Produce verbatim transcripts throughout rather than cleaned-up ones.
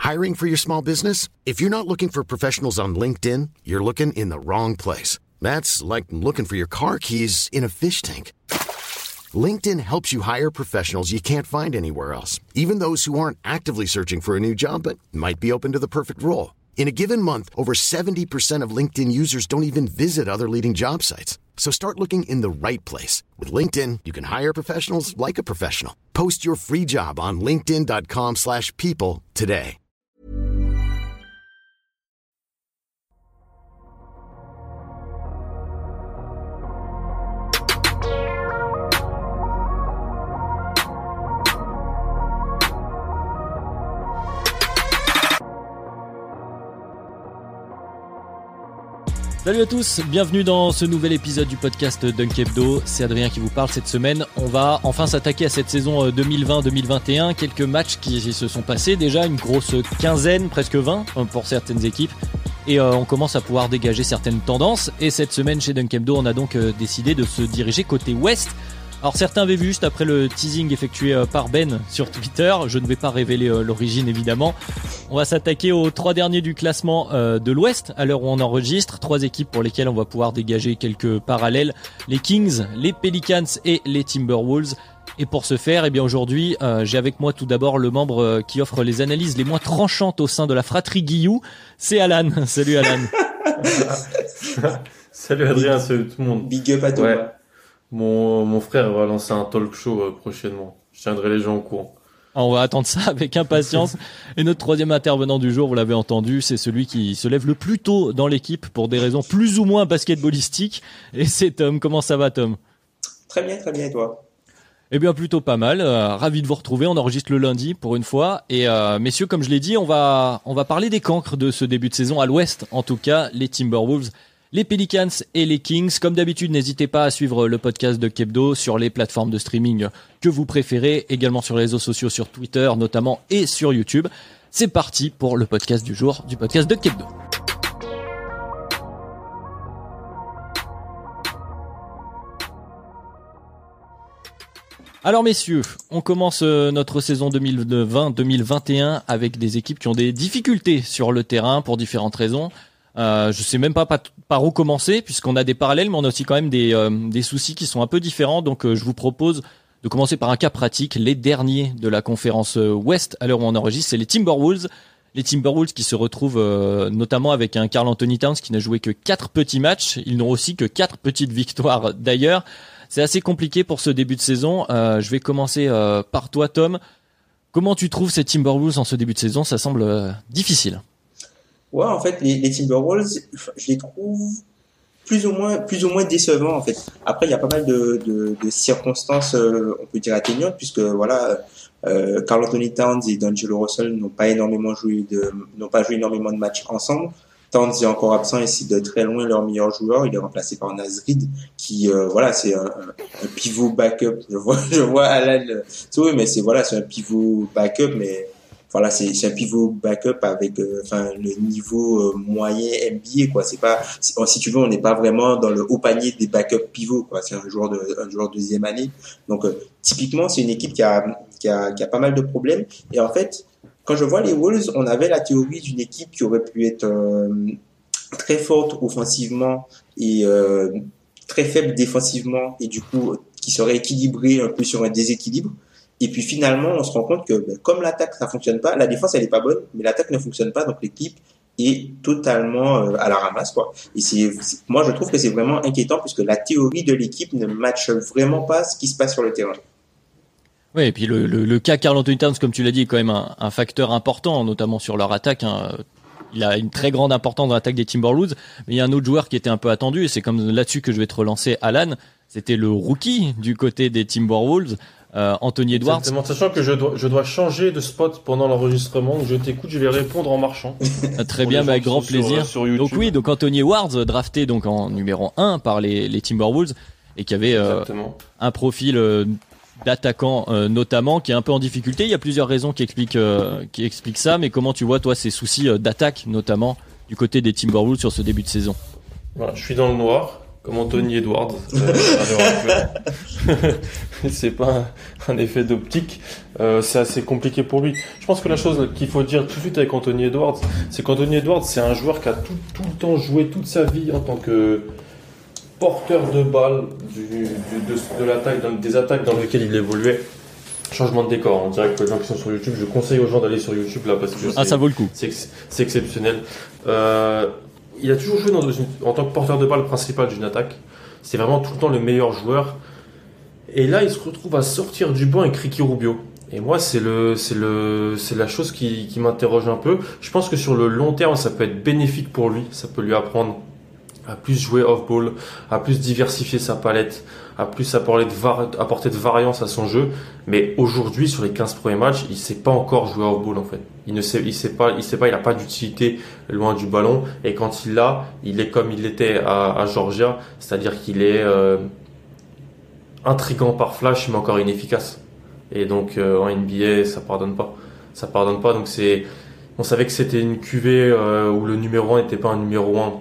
Hiring for your small business? If you're not looking for professionals on LinkedIn, you're looking in the wrong place. That's like looking for your car keys in a fish tank. LinkedIn helps you hire professionals you can't find anywhere else, even those who aren't actively searching for a new job but might be open to the perfect role. In a given month, over seventy percent of LinkedIn users don't even visit other leading job sites. So start looking in the right place. With LinkedIn, you can hire professionals like a professional. Post your free job on linkedin.com slash people today. Salut à tous, bienvenue dans ce nouvel épisode du podcast Dunk Hebdo. C'est Adrien qui vous parle cette semaine. On va enfin s'attaquer à cette saison deux mille vingt deux mille vingt et un. Quelques matchs qui se sont passés déjà, une grosse quinzaine, presque vingt pour certaines équipes. Et euh, on commence à pouvoir dégager certaines tendances. Et cette semaine chez Dunk Hebdo, on a donc euh, décidé de se diriger côté ouest. Alors certains avaient vu juste après le teasing effectué euh, par Ben sur Twitter. Je ne vais pas révéler euh, l'origine évidemment. On va s'attaquer aux trois derniers du classement euh, de l'Ouest à l'heure où on enregistre. Trois équipes pour lesquelles on va pouvoir dégager quelques parallèles. Les Kings, les Pelicans et les Timberwolves. Et pour ce faire, eh bien aujourd'hui, euh, j'ai avec moi tout d'abord le membre euh, qui offre les analyses les moins tranchantes au sein de la fratrie Guillou. C'est Alan. Salut Alan. Salut Adrien, salut tout le monde. Big up à toi. Ouais. Mon, mon frère va lancer un talk show euh, prochainement. Je tiendrai les gens au courant. On va attendre ça avec impatience. Et notre troisième intervenant du jour, vous l'avez entendu, c'est celui qui se lève le plus tôt dans l'équipe pour des raisons plus ou moins basketballistiques. Et c'est Tom. Comment ça va, Tom ? Très bien, très bien, et toi ? Eh bien, plutôt pas mal. Euh, ravi de vous retrouver. On enregistre le lundi pour une fois. Et euh, messieurs, comme je l'ai dit, on va on va parler des cancres de ce début de saison à l'Ouest. En tout cas, les Timberwolves, les Pelicans et les Kings. Comme d'habitude, n'hésitez pas à suivre le podcast de Kebdo sur les plateformes de streaming que vous préférez, également sur les réseaux sociaux, sur Twitter notamment et sur YouTube. C'est parti pour le podcast du jour du podcast de Kebdo. Alors messieurs, on commence notre saison deux mille vingt deux mille vingt et un avec des équipes qui ont des difficultés sur le terrain pour différentes raisons. Euh, je sais même pas par, par où commencer puisqu'on a des parallèles, mais on a aussi quand même des, euh, des soucis qui sont un peu différents. Donc euh, je vous propose de commencer par un cas pratique. Les derniers de la conférence Ouest à l'heure où on enregistre, c'est les Timberwolves. Les Timberwolves qui se retrouvent euh, notamment avec un Karl Anthony Towns qui n'a joué que quatre petits matchs. Ils n'ont aussi que quatre petites victoires d'ailleurs. C'est assez compliqué pour ce début de saison. Euh, je vais commencer euh, par toi, Tom. Comment tu trouves ces Timberwolves en ce début de saison ? Ça semble euh, difficile. Ouais, en fait, les, les Timberwolves, je les trouve plus ou moins, plus ou moins décevants, en fait. Après, il y a pas mal de, de, de circonstances, euh, on peut dire atteignantes, puisque voilà, euh, Karl Anthony Towns et D'Angelo Russell n'ont pas énormément joué de, n'ont pas joué énormément de matchs ensemble. Towns est encore absent et c'est de très loin leur meilleur joueur. Il est remplacé par Naz Reid, qui, euh, voilà, c'est un, un pivot backup. Je vois, je vois Alan. Oui, mais c'est voilà, c'est un pivot backup, mais voilà, c'est, c'est un pivot backup avec, euh, enfin, le niveau euh, moyen N B A, quoi. C'est pas, c'est, si tu veux, on n'est pas vraiment dans le haut panier des backup pivots, quoi. C'est un joueur de, un joueur de deuxième année. Donc, euh, typiquement, c'est une équipe qui a, qui a, qui a pas mal de problèmes. Et en fait, quand je vois les Wolves, on avait la théorie d'une équipe qui aurait pu être euh, très forte offensivement et euh, très faible défensivement, et du coup, qui serait équilibrée un peu sur un déséquilibre. Et puis finalement, on se rend compte que ben, comme l'attaque ça fonctionne pas, la défense elle est pas bonne, mais l'attaque ne fonctionne pas, donc l'équipe est totalement euh, à la ramasse, quoi. Et c'est, c'est, moi je trouve que c'est vraiment inquiétant puisque la théorie de l'équipe ne matche vraiment pas ce qui se passe sur le terrain. Oui, et puis le, le, le cas Karl Anthony Towns, comme tu l'as dit, est quand même un, un facteur important, notamment sur leur attaque. Hein. Il a une très grande importance dans l'attaque des Timberwolves, mais il y a un autre joueur qui était un peu attendu, et c'est comme là-dessus que je vais te relancer, Alan. C'était le rookie du côté des Timberwolves, euh, Anthony Edwards. Exactement, sachant que je dois, je dois changer de spot pendant l'enregistrement, donc je t'écoute, je vais répondre en marchant. Très bien, bah, avec grand plaisir. Sur, sur donc oui, donc Anthony Edwards, drafté donc en numéro un par les, les Timberwolves, et qui avait euh, un profil euh, d'attaquant euh, notamment, qui est un peu en difficulté. Il y a plusieurs raisons qui expliquent, euh, qui expliquent ça, mais comment tu vois toi ces soucis euh, d'attaque notamment du côté des Timberwolves sur ce début de saison? Voilà, je suis dans le noir. Comme Anthony Edwards. C'est pas un, un effet d'optique. Euh, c'est assez compliqué pour lui. Je pense que la chose qu'il faut dire tout de suite avec Anthony Edwards, c'est qu'Anthony Edwards, c'est un joueur qui a tout, tout le temps joué toute sa vie en tant que porteur de balle du, du, de, de l'attaque, dans, des attaques dans lesquelles il évoluait. Changement de décor. On dirait que les gens qui sont sur YouTube, je conseille aux gens d'aller sur YouTube là parce que ah, ça vaut le coup. C'est, c'est exceptionnel. Euh, il a toujours joué dans une, en tant que porteur de balle principal d'une attaque. C'est vraiment tout le temps le meilleur joueur. Et là, il se retrouve à sortir du banc avec Ricky Rubio. Et moi, c'est le, c'est le, c'est la chose qui, qui m'interroge un peu. Je pense que sur le long terme, ça peut être bénéfique pour lui. Ça peut lui apprendre à plus jouer off-ball, à plus diversifier sa palette, à plus apporter de, var- apporter de variance à son jeu. Mais aujourd'hui, sur les quinze premiers matchs, il sait pas encore jouer off-ball, en fait. Il ne sait, il sait pas, il sait pas, il a pas d'utilité loin du ballon. Et quand il l'a, il est comme il l'était à, à Georgia. C'est-à-dire qu'il est, euh, intriguant par flash, mais encore inefficace. Et donc, euh, en N B A, ça pardonne pas. Ça pardonne pas. Donc c'est, on savait que c'était une cuvée, euh, où le numéro un n'était pas un numéro un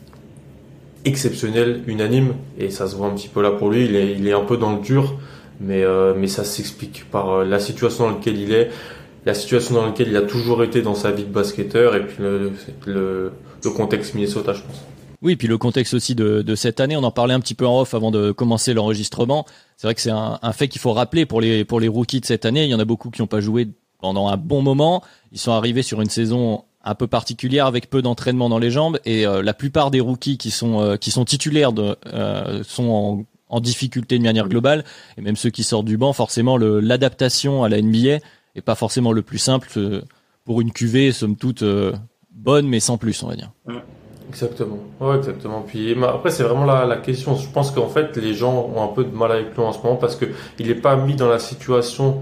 exceptionnel, unanime, et ça se voit un petit peu là pour lui. Il est, il est un peu dans le dur, mais, euh, mais ça s'explique par euh, la situation dans laquelle il est, la situation dans laquelle il a toujours été dans sa vie de basketteur, et puis le, le, le contexte Minnesota, je pense. Oui, puis le contexte aussi de, de cette année, on en parlait un petit peu en off avant de commencer l'enregistrement. C'est vrai que c'est un, un fait qu'il faut rappeler pour les, pour les rookies de cette année. Il y en a beaucoup qui n'ont pas joué pendant un bon moment. Ils sont arrivés sur une saison un peu particulière avec peu d'entraînement dans les jambes, et euh, la plupart des rookies qui sont euh, qui sont titulaires de, euh, sont en, en difficulté de manière globale, et même ceux qui sortent du banc, forcément le, l'adaptation à la N B A est pas forcément le plus simple euh, pour une cuvée somme toute euh, bonne mais sans plus, on va dire. Exactement. Ouais, exactement. Puis après, c'est vraiment la, la question. Je pense qu'en fait, les gens ont un peu de mal avec lui en ce moment parce que il est pas mis dans la situation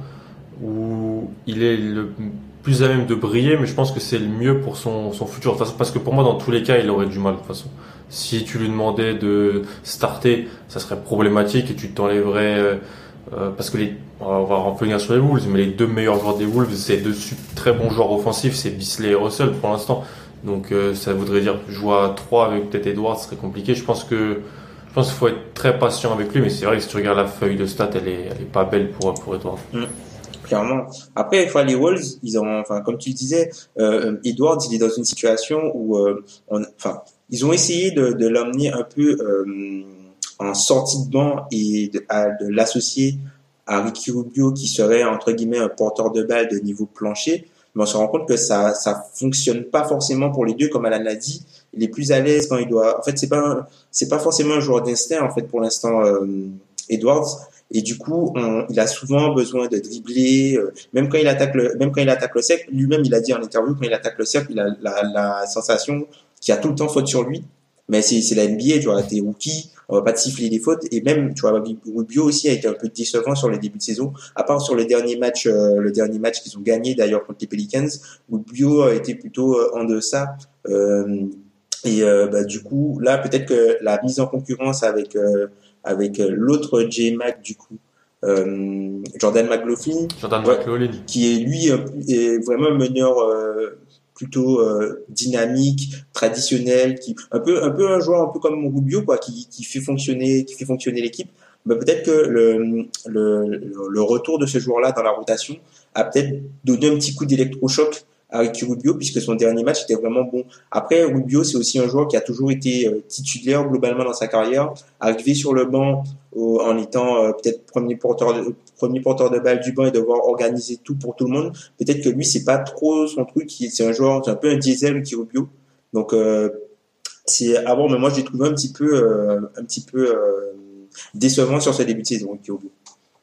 où il est le plus à même de briller, mais je pense que c'est le mieux pour son, son futur. Parce que pour moi, dans tous les cas, il aurait du mal de toute façon. Si tu lui demandais de starter, ça serait problématique et tu t'enlèverais, euh, euh, parce que les, on va revenir sur les Wolves, mais les deux meilleurs joueurs des Wolves, c'est deux très bons joueurs offensifs, c'est Beasley et Russell pour l'instant. Donc euh, ça voudrait dire jouer à trois avec peut-être Edwards, ce serait compliqué. Je pense que je pense qu'il faut être très patient avec lui, mais c'est vrai que si tu regardes la feuille de stats, elle est, elle est pas belle pour pour Edwards. Mmh. Clairement. Après, enfin, les Wolves, ils ont, enfin, comme tu le disais, euh, Edwards, il est dans une situation où, euh, on, enfin, ils ont essayé de, de l'emmener un peu euh, en sortie de banc et de, à, de l'associer à Ricky Rubio, qui serait entre guillemets un porteur de balle de niveau plancher. Mais on se rend compte que ça, ça fonctionne pas forcément pour les deux, comme Alan l'a dit. Il est plus à l'aise quand il doit. En fait, c'est pas, un, c'est pas forcément un joueur d'instinct en fait pour l'instant, euh, Edwards. Et du coup, on, il a souvent besoin de dribbler, euh, même quand il attaque le, même quand il attaque le cercle. Lui-même, il a dit en interview, quand il attaque le cercle, il a la, la sensation qu'il y a tout le temps faute sur lui. Mais c'est, c'est la N B A, tu vois, t'es rookie, on va pas te siffler des fautes. Et même, tu vois, Rubio aussi a été un peu décevant sur les débuts de saison. À part sur le dernier match, euh, le dernier match qu'ils ont gagné d'ailleurs contre les Pelicans, Rubio a été plutôt euh, en deçà. Euh, et euh, bah, du coup, là, peut-être que la mise en concurrence avec euh, avec l'autre J-Mac du coup, euh, Jordan McLaughlin, Jordan ouais, McLaughlin, qui est lui est vraiment un meneur euh, plutôt euh, dynamique, traditionnel, qui un peu un peu un joueur un peu comme Rubio quoi, qui qui fait fonctionner qui fait fonctionner l'équipe. Mais peut-être que le le le retour de ce joueur-là dans la rotation a peut-être donné un petit coup d'électrochoc à Ricky Rubio, puisque son dernier match était vraiment bon. Après, Rubio, c'est aussi un joueur qui a toujours été euh, titulaire globalement dans sa carrière, arrivé sur le banc au, en étant euh, peut-être premier porteur de, premier porteur de balle du banc et devoir organiser tout pour tout le monde. Peut-être que lui, c'est pas trop son truc. C'est un joueur, c'est un peu un diesel, Ricky Rubio. Donc, euh, c'est à voir, mais moi, je l'ai trouvé un petit peu, euh, un petit peu euh, décevant sur ce début de saison, Ricky Rubio.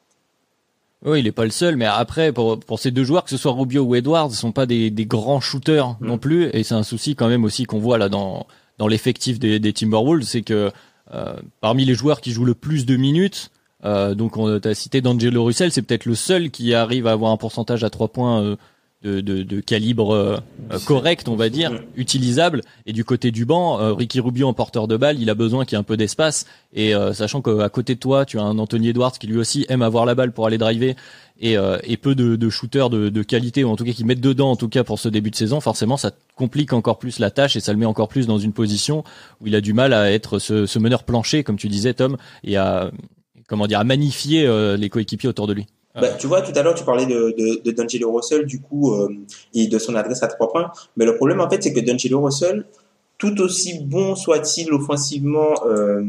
Oui, il est pas le seul, mais après, pour, pour ces deux joueurs, que ce soit Rubio ou Edwards, ils sont pas des, des grands shooters mmh. non plus, et c'est un souci quand même aussi qu'on voit là dans, dans l'effectif des, des Timberwolves, c'est que euh, parmi les joueurs qui jouent le plus de minutes, euh, donc on t'a cité D'Angelo Russell, c'est peut-être le seul qui arrive à avoir un pourcentage à trois points euh, de, de, de calibre euh, correct, on va dire, utilisable. Et du côté du banc, euh, Ricky Rubio en porteur de balle, il a besoin qu'il y ait un peu d'espace. Et euh, sachant qu'à côté de toi, tu as un Anthony Edwards qui lui aussi aime avoir la balle pour aller driver et, euh, et peu de, de shooters de, de qualité, ou en tout cas qui mettent dedans, en tout cas pour ce début de saison, forcément ça complique encore plus la tâche et ça le met encore plus dans une position où il a du mal à être ce, ce meneur plancher, comme tu disais Tom, et à, comment dire, à magnifier euh, les coéquipiers autour de lui. Bah, tu vois, tout à l'heure, tu parlais de, de, de D'Angelo Russell, du coup, euh, et de son adresse à trois points. Mais le problème, en fait, c'est que D'Angelo Russell, tout aussi bon soit-il offensivement euh,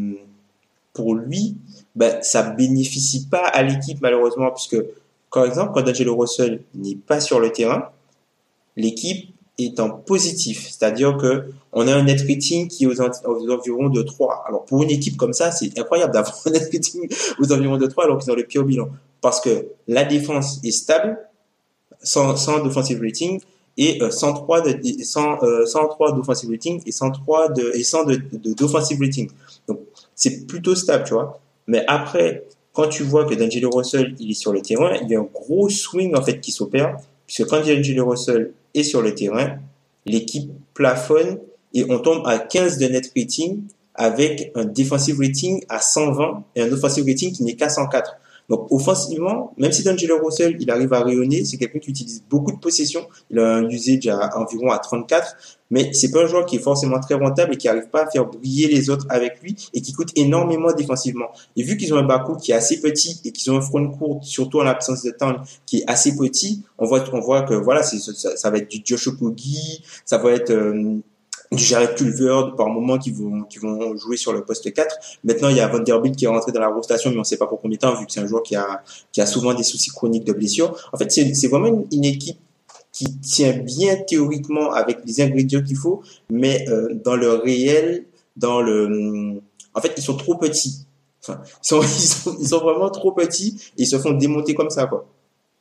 pour lui, bah, ça bénéficie pas à l'équipe, malheureusement, puisque, par exemple, quand D'Angelo Russell n'est pas sur le terrain, l'équipe est en positif. C'est-à-dire que on a un net rating qui est aux, aux environs de trois. Alors, pour une équipe comme ça, c'est incroyable d'avoir un net rating aux environs de trois alors qu'ils ont le pire bilan. Parce que la défense est stable, sans, sans d'offensive rating, et euh, cent trois de, cent, euh, cent trois d'offensive rating et cent trois de, et cent de, de, d'offensive rating. Donc, c'est plutôt stable, tu vois. Mais après, quand tu vois que D'Angelo Russell, il est sur le terrain, il y a un gros swing, en fait, qui s'opère, puisque quand D'Angelo Russell est sur le terrain, l'équipe plafonne et on tombe à quinze de net rating avec un defensive rating à cent vingt et un offensive rating qui n'est qu'à cent quatre. Donc, offensivement, même si D'Angelo Russell, il arrive à rayonner, c'est quelqu'un qui utilise beaucoup de possessions. Il a un usage à environ à trente-quatre, mais c'est pas un joueur qui est forcément très rentable et qui arrive pas à faire briller les autres avec lui et qui coûte énormément défensivement. Et vu qu'ils ont un backcourt qui est assez petit et qu'ils ont un front court, surtout en l'absence de Town, qui est assez petit, on voit, on voit que voilà, c'est, ça, ça va être du Josh Okogie, ça va être, euh, du Jared Culver par moment qui vont qui vont jouer sur le poste quatre. Maintenant, il y a Vanderbilt qui est rentré dans la rotation, mais on ne sait pas pour combien de temps, vu que c'est un joueur qui a qui a souvent des soucis chroniques de blessures. En fait, c'est c'est vraiment une, une équipe qui tient bien théoriquement avec les ingrédients qu'il faut, mais euh, dans le réel, dans le, en fait, ils sont trop petits. Enfin, ils sont ils sont ils sont vraiment trop petits et ils se font démonter comme ça, quoi.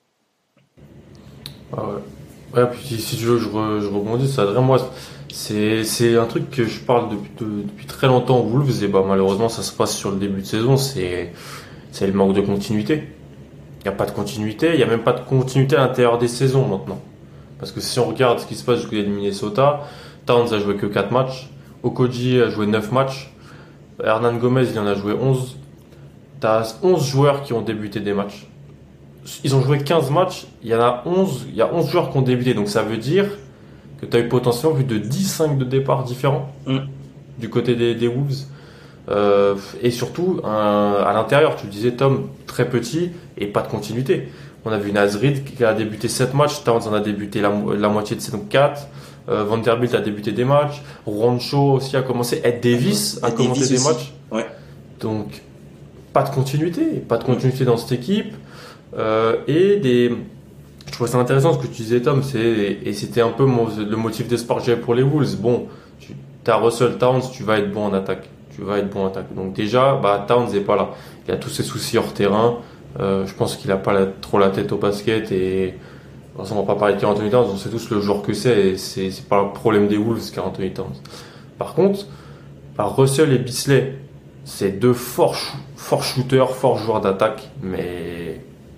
Ah ouais. Ouais, puis si tu veux, je, re, je rebondis, ça Adrien, moi. C'est, c'est un truc que je parle depuis, de, depuis très longtemps aux Wolves et bah, malheureusement ça se passe sur le début de saison, c'est, c'est le manque de continuité. Il n'y a pas de continuité, il n'y a même pas de continuité à l'intérieur des saisons maintenant. Parce que si on regarde ce qui se passe du côté de Minnesota, Towns a joué que quatre matchs, Okogie a joué neuf matchs, Hernan Gomez il en a joué onze. T'as onze joueurs qui ont débuté des matchs. Ils ont joué quinze matchs, il y en a onze, il y a onze joueurs qui ont débuté, donc ça veut dire que tu as eu potentiellement plus de dix cinq de départs différents mm. du côté des, des Wolves. Euh, et surtout, un, à l'intérieur, tu le disais Tom, très petit et pas de continuité. On a vu Naz Reid qui a débuté sept matchs, Towns en a débuté la, la moitié de ces donc quatre, euh, Vanderbilt a débuté des matchs, Rancho aussi a commencé, Ed Davis mm. a Ed commencé Davis des aussi. matchs. Ouais. Donc, pas de continuité, pas de continuité mm. dans cette équipe. Euh, et des... Je trouvais ça intéressant ce que tu disais Tom, c'est, et c'était un peu mon, le motif d'espoir que j'avais pour les Wolves. Bon, tu as Russell Towns, tu vas être bon en attaque. Tu vas être bon en attaque. Donc déjà, bah, Towns n'est pas là. Il a tous ses soucis hors terrain. Euh, je pense qu'il n'a pas la, trop la tête au basket. Et on ne va pas parler de Karl Anthony Towns, on sait tous le joueur que c'est. Et c'est, c'est pas le problème des Wolves, Karl Anthony Towns. Par contre, bah, Russell et Beasley, c'est deux forts, forts shooters, forts joueurs d'attaque. Mais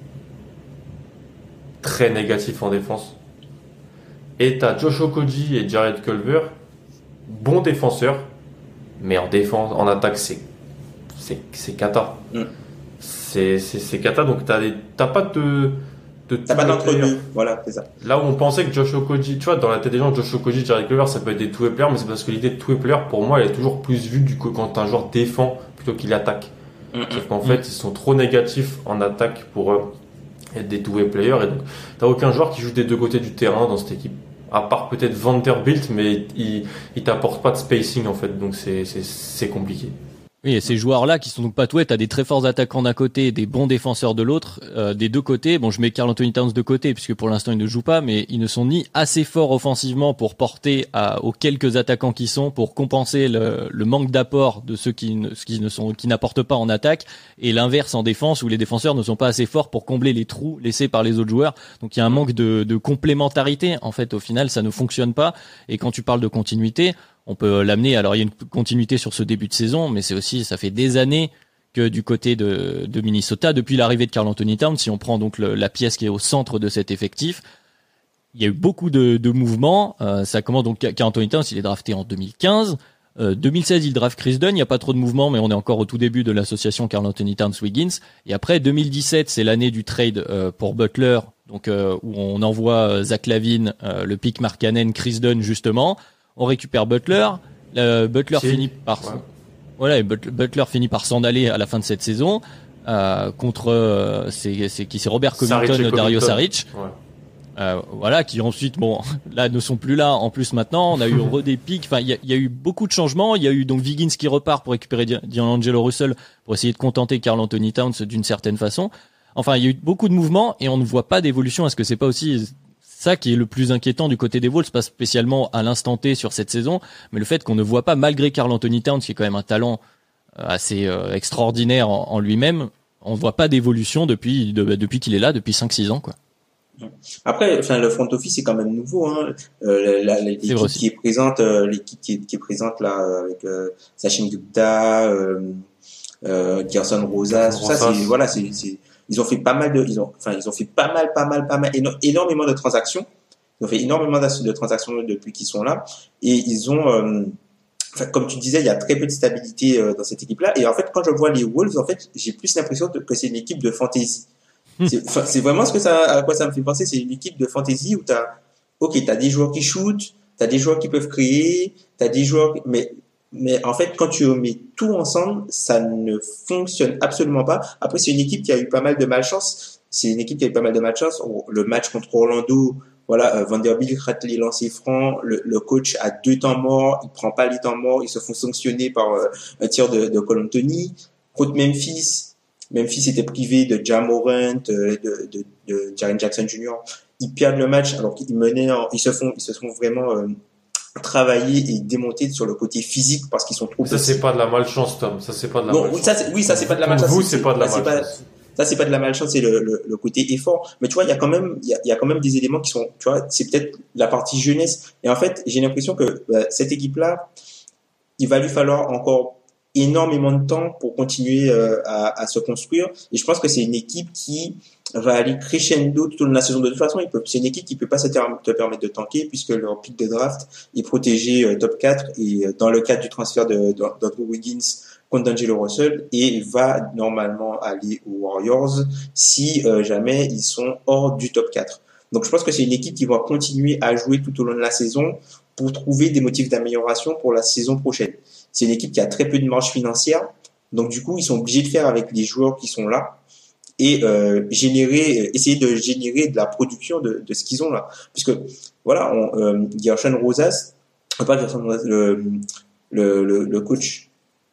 très négatif en défense. Et t'as Josh Okogie et Jared Culver, bons défenseurs, mais en défense, en attaque, c'est c'est, c'est cata. Mm. C'est, c'est, c'est cata, donc t'as, des, t'as pas de, de t'as pas d'entre-deux, voilà, c'est ça. Là où on pensait que Josh Okogie, tu vois, dans la tête des gens, Josh Okogie, Jared Culver, ça peut être des two-way players, mais c'est parce que l'idée de two-way player, pour moi, elle est toujours plus vue du coup quand un joueur défend plutôt qu'il attaque. Mm. Sauf qu'en mm. fait, ils sont trop négatifs en attaque pour eux. Des two-way players et donc t'as aucun joueur qui joue des deux côtés du terrain dans cette équipe à part peut-être Vanderbilt, mais il, il t'apporte pas de spacing en fait, donc c'est, c'est, c'est compliqué. Oui, et ces joueurs-là qui sont donc pas toués, t'as des très forts attaquants d'un côté, des bons défenseurs de l'autre, euh, des deux côtés. Bon, je mets Karl Anthony Towns de côté puisque pour l'instant il ne joue pas, mais ils ne sont ni assez forts offensivement pour porter à, aux quelques attaquants qui sont, pour compenser le, le manque d'apport de ceux qui ne, qui ne sont, qui n'apportent pas en attaque, et l'inverse en défense où les défenseurs ne sont pas assez forts pour combler les trous laissés par les autres joueurs. Donc il y a un manque de, de complémentarité. En fait, au final, ça ne fonctionne pas. Et quand tu parles de continuité, on peut l'amener. Alors il y a une continuité sur ce début de saison, mais c'est aussi, ça fait des années que du côté de, de Minnesota, depuis l'arrivée de Karl Anthony Towns, si on prend donc le, la pièce qui est au centre de cet effectif, il y a eu beaucoup de, de mouvements. Euh, ça commence donc Karl Anthony Towns, il est drafté en deux mille quinze. Euh, deux mille seize, il draft Chris Dunn. Il n'y a pas trop de mouvements, mais on est encore au tout début de l'association Karl Anthony Towns-Wiggins. Et après, deux mille dix-sept, c'est l'année du trade euh, pour Butler, donc euh, où on envoie euh, Zach LaVine, euh, le pick Markkanen, Chris Dunn justement. On récupère Butler. Euh, Butler c'est... finit par ouais. voilà, et Butler finit par s'en aller à la fin de cette saison euh, contre euh, c'est, c'est qui c'est Robert Covington, Dario Saric. Ouais. Euh, voilà, qui ensuite, bon, là, ne sont plus là. En plus, maintenant, on a eu re des pics. Enfin, il y a, y a eu beaucoup de changements. Il y a eu donc Wiggins qui repart pour récupérer D'Angelo Russell pour essayer de contenter Karl Anthony Towns d'une certaine façon. Enfin, il y a eu beaucoup de mouvements et on ne voit pas d'évolution. Est-ce que c'est pas aussi ça qui est le plus inquiétant du côté des Wolves, pas spécialement à l'instant T sur cette saison, mais le fait qu'on ne voit pas, malgré Karl Anthony Towns, qui est quand même un talent assez euh, extraordinaire en, en lui-même, on ne voit pas d'évolution depuis, de, depuis qu'il est là, depuis cinq six ans, quoi. Après, enfin, le front office est quand même nouveau, hein. Euh, la, la, l'équipe est qui est présente, euh, l'équipe qui est, qui est présente là avec euh, Sachin Gupta, euh, euh, Gerson Rosas, tout ça, c'est voilà, c'est, c'est, ils ont fait pas mal de, ils ont, enfin, ils ont fait pas mal, pas mal, pas mal, éno- énormément de transactions. Ils ont fait énormément de transactions depuis qu'ils sont là, et ils ont, euh, enfin, comme tu disais, il y a très peu de stabilité euh, dans cette équipe-là. Et en fait, quand je vois les Wolves, en fait, j'ai plus l'impression de, que c'est une équipe de fantasy. C'est, c'est vraiment ce que ça, à quoi ça me fait penser. C'est une équipe de fantasy où t'as, ok, t'as des joueurs qui shootent, t'as des joueurs qui peuvent créer, t'as des joueurs, mais, mais en fait, quand tu mets tout ensemble, ça ne fonctionne absolument pas. Après, c'est une équipe qui a eu pas mal de malchance. C'est une équipe qui a eu pas mal de malchance. Le match contre Orlando, voilà, euh, Vanderbilt rate les lancers francs, le, le coach a deux temps morts, il prend pas les temps morts, ils se font sanctionner par euh, un tir de, de Cole Anthony. Contre Memphis, Memphis était privé de Ja Morant, de, de, de, de Jaren Jackson Junior Ils perdent le match alors qu'ils menaient, en, ils se font, ils se font vraiment euh, travailler et démonter sur le côté physique parce qu'ils sont trop. Ça petits. C'est pas de la malchance, Tom. Ça c'est pas de la non, malchance. Ça, c'est, oui, ça c'est pas de la malchance. Pour vous, c'est, c'est pas de la ça, malchance. Pas, ça c'est pas de la malchance, c'est le, le, le côté effort. Mais tu vois, il y a quand même, il y a, il y a quand même des éléments qui sont, tu vois, c'est peut-être la partie jeunesse. Et en fait, j'ai l'impression que bah, cette équipe-là, il va lui falloir encore énormément de temps pour continuer euh, à, à se construire, et je pense que c'est une équipe qui va aller crescendo tout au long de la saison. De toute façon, il peut, c'est une équipe qui peut pas se te permettre de tanker puisque leur pick de draft est protégé euh, top quatre, et euh, dans le cadre du transfert de, de, d'Andrew Wiggins contre D'Angelo Russell, et va normalement aller aux Warriors si euh, jamais ils sont hors du top quatre. Donc je pense que c'est une équipe qui va continuer à jouer tout au long de la saison pour trouver des motifs d'amélioration pour la saison prochaine. C'est une équipe qui a très peu de marge financière, donc du coup ils sont obligés de faire avec les joueurs qui sont là et euh, générer, essayer de générer de la production de, de ce qu'ils ont là, puisque voilà, on, euh, Gerson Rosas, pas Gerson Rosas, le, le, le, le coach,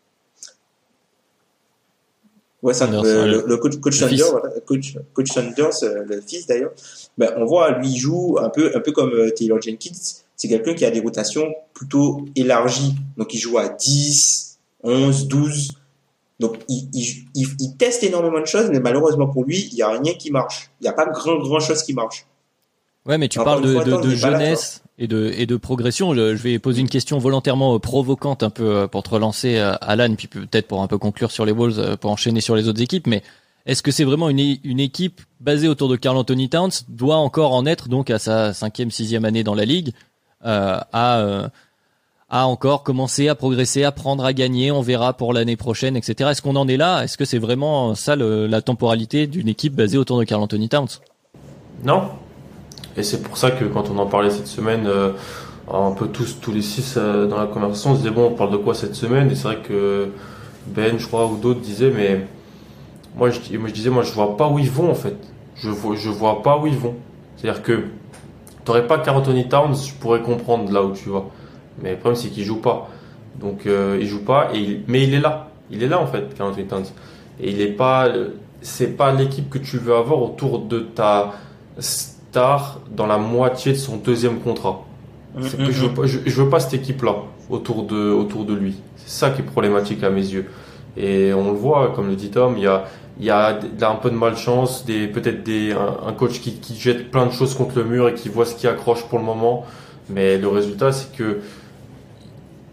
ouais ça, Sanders, le, le, le coach, coach Sanders, voilà, coach, coach Sanders, le fils d'ailleurs, ben on voit lui il joue un peu, un peu comme Taylor Jenkins. C'est quelqu'un qui a des rotations plutôt élargies. Donc, il joue à dix, onze, douze. Donc, il, il, il, il teste énormément de choses, mais malheureusement pour lui, il n'y a rien qui marche. Il n'y a pas grand, grand chose qui marche. Ouais, mais tu Encore parles de, fois, de, de jeunesse là, et de, et de progression. Je, je vais poser une question volontairement provocante un peu pour te relancer, Alan, puis peut-être pour un peu conclure sur les Wolves, pour enchaîner sur les autres équipes. Mais est-ce que c'est vraiment une, une équipe basée autour de Karl Anthony Towns, doit encore en être donc à sa cinquième, sixième année dans la ligue? Euh, à, euh, à encore commencer à progresser, à apprendre à gagner, on verra pour l'année prochaine, et cetera. Est-ce qu'on en est là? Est-ce que c'est vraiment ça le, la temporalité d'une équipe basée autour de Karl Anthony Towns? Non. Et c'est pour ça que quand on en parlait cette semaine, euh, un peu tous, tous les six euh, dans la conversation, on se disait bon, on parle de quoi cette semaine? Et c'est vrai que Ben, je crois, ou d'autres disaient, mais moi je, moi je disais, moi je vois pas où ils vont en fait. Je vois, je vois pas où ils vont. C'est-à-dire que t'aurais pas Karl Anthony Towns, je pourrais comprendre là où tu vas. Mais le problème, c'est qu'il joue pas. Donc, euh, il joue pas, et il, mais il est là. Il est là, en fait, Karl Anthony Towns. Et il est pas, c'est pas l'équipe que tu veux avoir autour de ta star dans la moitié de son deuxième contrat. C'est que je veux pas, je, je veux pas cette équipe-là autour de, autour de lui. C'est ça qui est problématique à mes yeux. Et on le voit, comme le dit Tom, il y a, il y a un peu de malchance, des, peut-être des, un, un coach qui, qui jette plein de choses contre le mur et qui voit ce qui accroche pour le moment. Mais le résultat, c'est que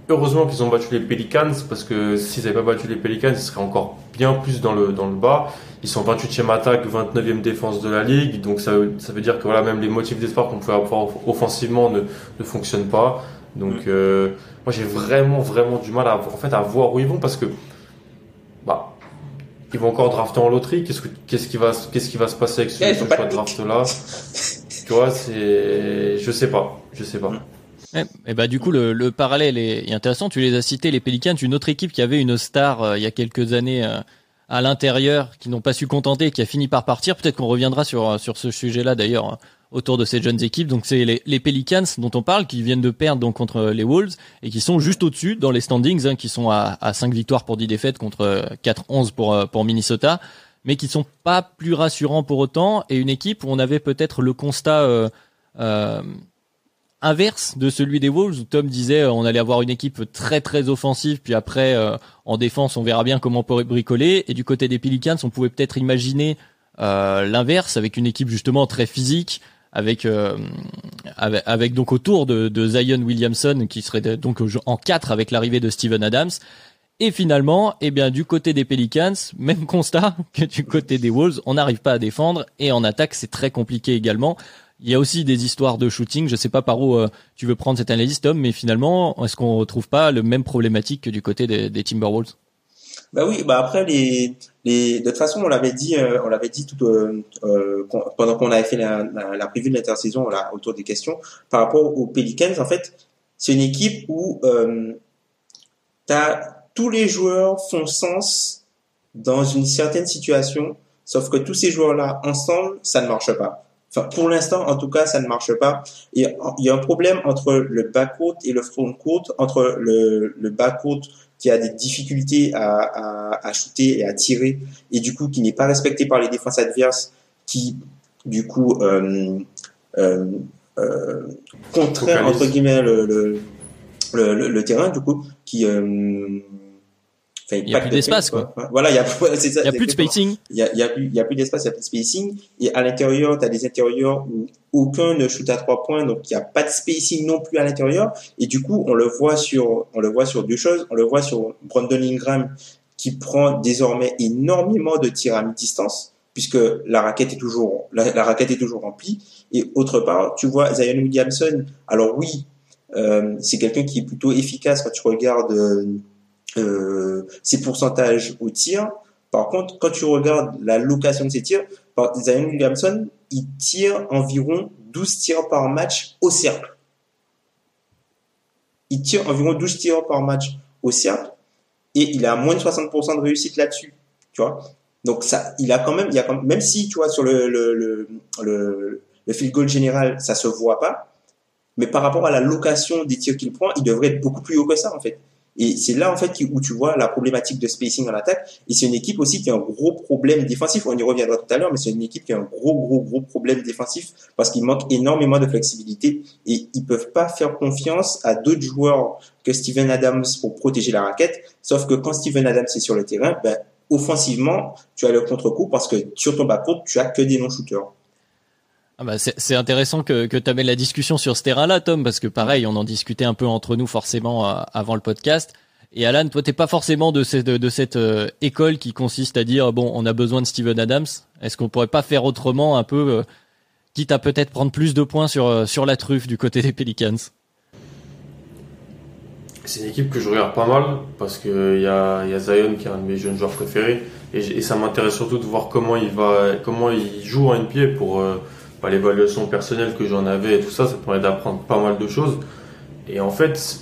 heureusement qu'ils ont battu les Pelicans, parce que s'ils n'avaient pas battu les Pelicans, ils seraient encore bien plus dans le, dans le bas. Ils sont vingt-huitième attaque, vingt-neuvième défense de la ligue, donc ça, ça veut dire que voilà, même les motifs d'espoir qu'on pouvait avoir offensivement ne, ne fonctionnent pas. Donc euh, moi j'ai vraiment vraiment du mal à, en fait, à voir où ils vont, parce que bah, ils vont encore drafter en loterie. Qu'est-ce, que, qu'est-ce, qui, va, qu'est-ce qui va se passer avec ce, yeah, ce choix de draft là? Tu vois, c'est, je sais pas, je sais pas. Ouais, et bah du coup le, le parallèle est, est intéressant. Tu les as cités, les Pelicans, une autre équipe qui avait une star euh, il y a quelques années euh, à l'intérieur, qui n'ont pas su contenter, qui a fini par partir. Peut-être qu'on reviendra sur sur ce sujet-là d'ailleurs autour de ces jeunes équipes. Donc c'est les, les Pelicans dont on parle, qui viennent de perdre donc contre les Wolves et qui sont juste au-dessus dans les standings, hein, qui sont à, à cinq victoires pour dix défaites contre quatre onze pour pour Minnesota, mais qui sont pas plus rassurants pour autant. Et une équipe où on avait peut-être le constat euh, euh, inverse de celui des Wolves, où Tom disait euh, on allait avoir une équipe très très offensive, puis après euh, en défense on verra bien comment on peut bricoler. Et du côté des Pelicans, on pouvait peut-être imaginer euh, l'inverse, avec une équipe justement très physique, avec euh, avec, avec donc autour de, de Zion Williamson, qui serait donc en quatre avec l'arrivée de Steven Adams. Et finalement, eh bien du côté des Pelicans, même constat que du côté des Wolves, on n'arrive pas à défendre, et en attaque c'est très compliqué également. Il y a aussi des histoires de shooting. Je sais pas par où euh, tu veux prendre cette analyse, Tom, mais finalement, est-ce qu'on retrouve pas le même problématique que du côté des, des Timberwolves? Bah oui, bah après les les de toute façon on l'avait dit euh, on l'avait dit tout euh, euh, pendant qu'on avait fait la la, la preview de l'intersaison là autour des questions par rapport aux Pelicans. En fait, c'est une équipe où euh, t'as tous les joueurs font sens dans une certaine situation, sauf que tous ces joueurs-là ensemble, ça ne marche pas. Enfin, pour l'instant, en tout cas, ça ne marche pas. Et il y a un problème entre le backcourt et le frontcourt, entre le, le backcourt qui a des difficultés à, à, à shooter et à tirer, et du coup, qui n'est pas respecté par les défenses adverses, qui, du coup, euh, euh, euh, contraint, entre guillemets, le, le, le, le, le terrain, du coup, qui... Euh, Enfin, il y a plus d'espace, quoi. quoi. Voilà, il y a, c'est ça, il y a plus de spacing. Il y a, il y a plus, il y a plus d'espace, il y a plus de spacing. Et à l'intérieur, tu as des intérieurs où aucun ne shoot à trois points, donc il y a pas de spacing non plus à l'intérieur. Et du coup, on le voit sur, on le voit sur deux choses. On le voit sur Brandon Ingram, qui prend désormais énormément de tirs à mi-distance, puisque la raquette est toujours, la, la raquette est toujours remplie. Et autre part, tu vois Zion Williamson. Alors oui, euh, c'est quelqu'un qui est plutôt efficace quand tu regardes, euh, Euh, ses pourcentages au tir. Par contre, quand tu regardes la location de ses tirs, Zion Williamson, il tire environ douze tirs par match au cercle. Il tire environ douze tirs par match au cercle et il a moins de soixante pour cent de réussite là-dessus. Tu vois? Donc ça, il a quand même, il y a quand même, même si tu vois sur le le le le, le field goal général, ça se voit pas, mais par rapport à la location des tirs qu'il prend, il devrait être beaucoup plus haut que ça en fait. Et c'est là, en fait, où tu vois la problématique de spacing en attaque. Et c'est une équipe aussi qui a un gros problème défensif. On y reviendra tout à l'heure, mais c'est une équipe qui a un gros, gros, gros problème défensif parce qu'il manque énormément de flexibilité et ils peuvent pas faire confiance à d'autres joueurs que Steven Adams pour protéger la raquette. Sauf que quand Steven Adams est sur le terrain, ben, offensivement, tu as le contre-coup parce que sur ton backcourt, tu as que des non-shooters. Ah bah c'est, c'est intéressant que, que tu amènes la discussion sur ce terrain-là, Tom, parce que pareil, on en discutait un peu entre nous forcément euh, avant le podcast. Et Alan, toi, t'es pas forcément de cette, de cette euh, école qui consiste à dire bon, on a besoin de Steven Adams. Est-ce qu'on pourrait pas faire autrement, un peu, euh, quitte à peut-être prendre plus de points sur euh, sur la truffe du côté des Pelicans? C'est une équipe que je regarde pas mal parce que il y a, y a Zion qui est un de mes jeunes joueurs préférés et, et ça m'intéresse surtout de voir comment il va, comment il joue en N B A pour euh, bah, l'évaluation personnelle que j'en avais et tout ça, ça permet d'apprendre pas mal de choses. Et en fait,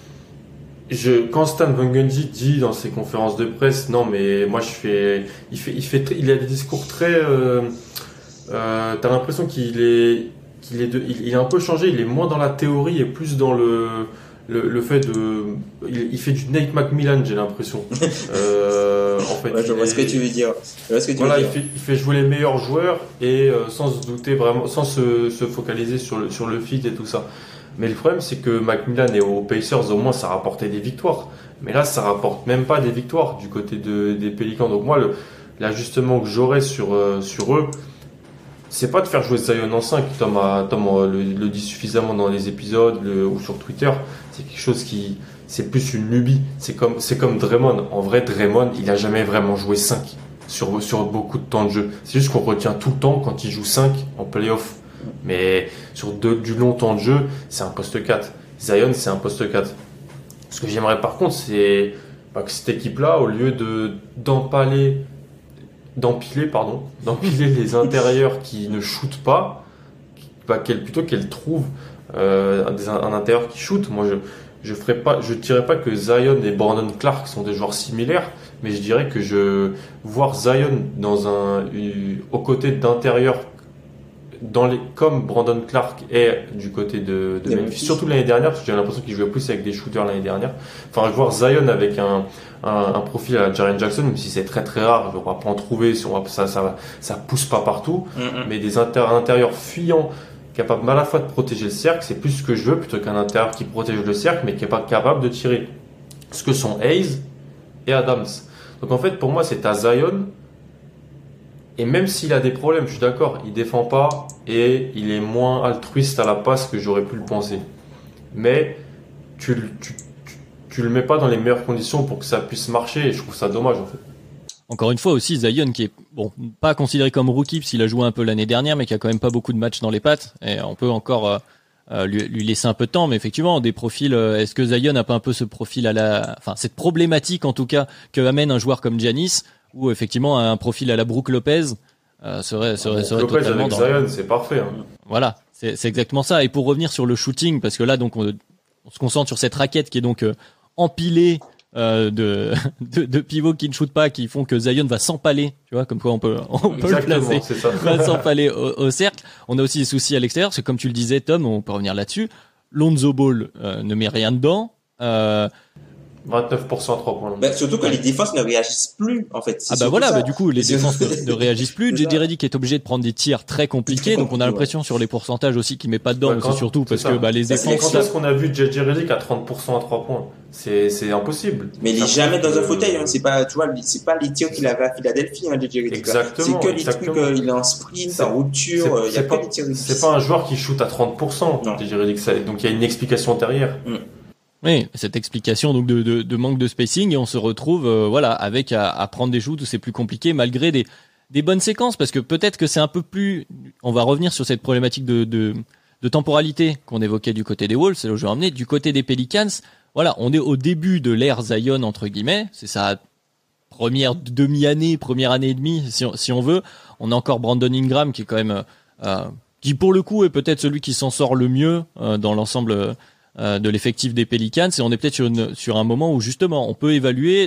je, quand Stan Van Gundy dit dans ses conférences de presse, non mais moi je fais, il fait, il fait, il a des discours très, euh, euh, t'as l'impression qu'il est, qu'il est, de, il, il est un peu changé, il est moins dans la théorie et plus dans le, le, le fait de, il, il fait du Nate McMillan, j'ai l'impression. euh, en fait, ouais, je vois est, ce que tu veux dire. Je vois ce que tu voilà, veux dire. il fait, il fait jouer les meilleurs joueurs et euh, sans se douter vraiment, sans se, se focaliser sur le, sur le fit et tout ça. Mais le problème, c'est que Macmillan et aux Pacers, au moins, ça rapportait des victoires. Mais là, ça rapporte même pas des victoires du côté de, des Pélicans. Donc moi, le, l'ajustement que j'aurais sur, euh, sur eux, c'est pas de faire jouer Zion en cinq. Tom, a, Tom le, le dit suffisamment dans les épisodes le, ou sur Twitter. C'est quelque chose qui, c'est plus une lubie. C'est comme, c'est comme Draymond. En vrai, Draymond, il a jamais vraiment joué cinq sur, sur beaucoup de temps de jeu. C'est juste qu'on retient tout le temps quand il joue cinq en playoff. Mais sur de, du long temps de jeu, c'est un poste quatre. Zion, c'est un poste quatre. Ce que j'aimerais par contre, c'est bah, que cette équipe-là, au lieu de, d'empaler, d'empiler, pardon, d'empiler les intérieurs qui ne shootent pas, bah, qu'elle, plutôt qu'elle trouve euh, un, un intérieur qui shoot. Moi, je je ferais pas, je dirais pas que Zion et Brandon Clark sont des joueurs similaires, mais je dirais que je voir Zion dans un, aux côtés d'intérieurs dans les, comme Brandon Clark est du côté de, de Memphis, surtout l'année dernière, parce que j'ai l'impression qu'il jouait plus avec des shooters l'année dernière. Enfin, je vois Zion avec un, un, un profil à Jaren Jackson, même si c'est très très rare, on va pas en trouver, si on va, ça, ça, ça pousse pas partout, mm-hmm. mais des inter, intérieurs fuyants, capables à la fois de protéger le cercle, c'est plus ce que je veux, plutôt qu'un intérieur qui protège le cercle, mais qui est pas capable de tirer. Ce que sont Hayes et Adams. Donc en fait, pour moi, c'est à Zion. Et même s'il a des problèmes, je suis d'accord, il défend pas et il est moins altruiste à la passe que j'aurais pu le penser. Mais tu, tu, tu, tu le mets pas dans les meilleures conditions pour que ça puisse marcher et je trouve ça dommage en fait. Encore une fois aussi, Zion qui est bon, pas considéré comme rookie parce qu'il a joué un peu l'année dernière, mais qui a quand même pas beaucoup de matchs dans les pattes et on peut encore euh, lui, lui laisser un peu de temps. Mais effectivement, des profils. Euh, est-ce que Zion n'a pas un peu ce profil à la, enfin cette problématique en tout cas que amène un joueur comme Giannis? Ou effectivement un profil à la Brook Lopez euh, serait serait, serait Lopez totalement avec dans... Zion, c'est parfait. Hein. Voilà, c'est, c'est exactement ça. Et pour revenir sur le shooting, parce que là donc on, on se concentre sur cette raquette qui est donc euh, empilée euh, de, de de pivots qui ne shootent pas, qui font que Zion va s'empaler. Tu vois, comme quoi on peut on peut le placer, c'est ça. va s'empaler au, au cercle. On a aussi des soucis à l'extérieur, parce que comme tu le disais, Tom, on peut revenir là-dessus. Lonzo Ball euh, ne met rien dedans. Euh, vingt-neuf pour cent à trois points. Bah, surtout que les défenses ne réagissent plus, en fait. C'est ah bah voilà, bah du coup, les c'est défenses ne, ne réagissent plus. J J Redick est obligé de prendre des tirs très compliqués, très donc on a l'impression ouais. sur les pourcentages aussi qu'il met pas dedans, ouais, quand, c'est surtout parce c'est que bah, les bah, défenses... Quand est-ce qu'on a vu J J Redick à trente pour cent à trois points? C'est, c'est impossible. Mais il est jamais dans un fauteuil, hein. C'est pas, tu vois, c'est pas les tirs qu'il avait à Philadelphie, hein, J J Redick. Exactement. C'est que les exactement. trucs, euh, il est en sprint, c'est, en rupture, il y a pas, pas des tirs. C'est pas un joueur qui shoot à trente pour cent, J J Redick. Donc il y a une explication derrière. Mm. Oui, cette explication donc de, de, de manque de spacing et on se retrouve euh, voilà avec à, à prendre des shoots où c'est plus compliqué malgré des des bonnes séquences parce que peut-être que c'est un peu plus. On va revenir sur cette problématique de de, de temporalité qu'on évoquait du côté des Wolves, c'est là où je vais emmener. Du côté des Pelicans, voilà, on est au début de l'ère Zion entre guillemets, c'est sa première demi-année, première année et demie si on, si on veut. On a encore Brandon Ingram qui est quand même euh, qui pour le coup est peut-être celui qui s'en sort le mieux euh, dans l'ensemble. Euh, de l'effectif des Pelicans et on est peut-être sur, une, sur un moment où justement on peut évaluer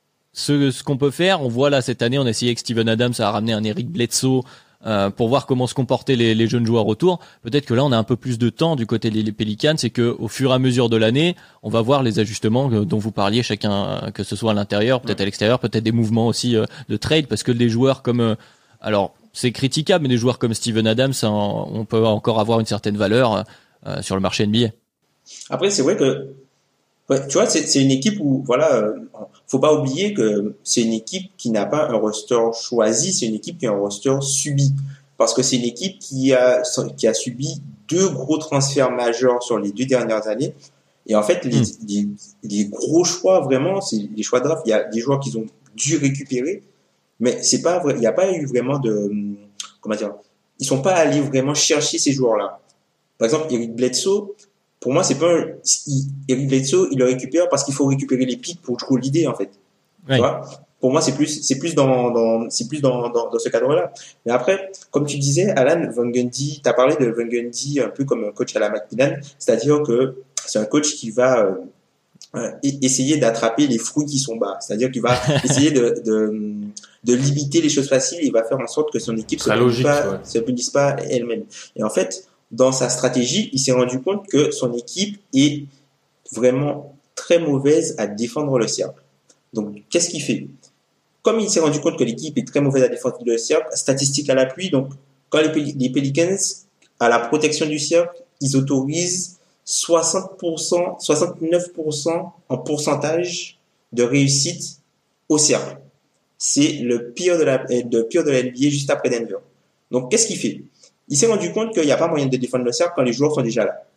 ce, ce qu'on peut faire. On voit là cette année on a essayé avec Steven Adams à ramener un Eric Bledsoe euh, pour voir comment se comportaient les, les jeunes joueurs autour. Peut-être que là on a un peu plus de temps du côté des Pelicans et que au fur et à mesure de l'année on va voir les ajustements dont vous parliez chacun, que ce soit à l'intérieur, peut-être à l'extérieur, peut-être des mouvements aussi euh, de trade parce que des joueurs comme euh, alors c'est critiquable mais des joueurs comme Steven Adams en, on peut encore avoir une certaine valeur euh, sur le marché N B A. Après, c'est vrai que, ouais, tu vois, c'est, c'est une équipe où, voilà, euh, faut pas oublier que c'est une équipe qui n'a pas un roster choisi, c'est une équipe qui a un roster subi. Parce que c'est une équipe qui a, qui a subi deux gros transferts majeurs sur les deux dernières années. Et en fait, les, mmh. les, les gros choix, vraiment, c'est les choix de draft. Il y a des joueurs qu'ils ont dû récupérer, mais c'est pas vrai, il n'y a pas eu vraiment de, comment dire, ils sont pas allés vraiment chercher ces joueurs-là. Par exemple, Eric Bledsoe, pour moi, c'est pas un, il, Eric Bledsoe, il le récupère parce qu'il faut récupérer les pics pour jouer l'idée, en fait. Oui. Tu vois? Pour moi, c'est plus, c'est plus dans, dans, c'est plus dans, dans, dans ce cadre-là. Mais après, comme tu disais, Alan Van Gundy, t'as parlé de Van Gundy un peu comme un coach à la McMillan, c'est-à-dire que c'est un coach qui va, euh, essayer d'attraper les fruits qui sont bas. C'est-à-dire qu'il va essayer de, de, de limiter les choses faciles et il va faire en sorte que son équipe se punisse pas, ouais. se punisse pas elle-même. Et en fait, dans sa stratégie, il s'est rendu compte que son équipe est vraiment très mauvaise à défendre le cercle. Donc, qu'est-ce qu'il fait? Comme il s'est rendu compte que l'équipe est très mauvaise à défendre le cercle, statistique à l'appui, donc, quand les, Pel- les Pelicans, à la protection du cercle, ils autorisent soixante pour cent, soixante-neuf pour cent en pourcentage de réussite au cercle. C'est le pire de la, le pire de la N B A juste après Denver. Donc, qu'est-ce qu'il fait? Il s'est rendu compte qu'il n'y a pas moyen de défendre le cercle quand les joueurs sont déjà là.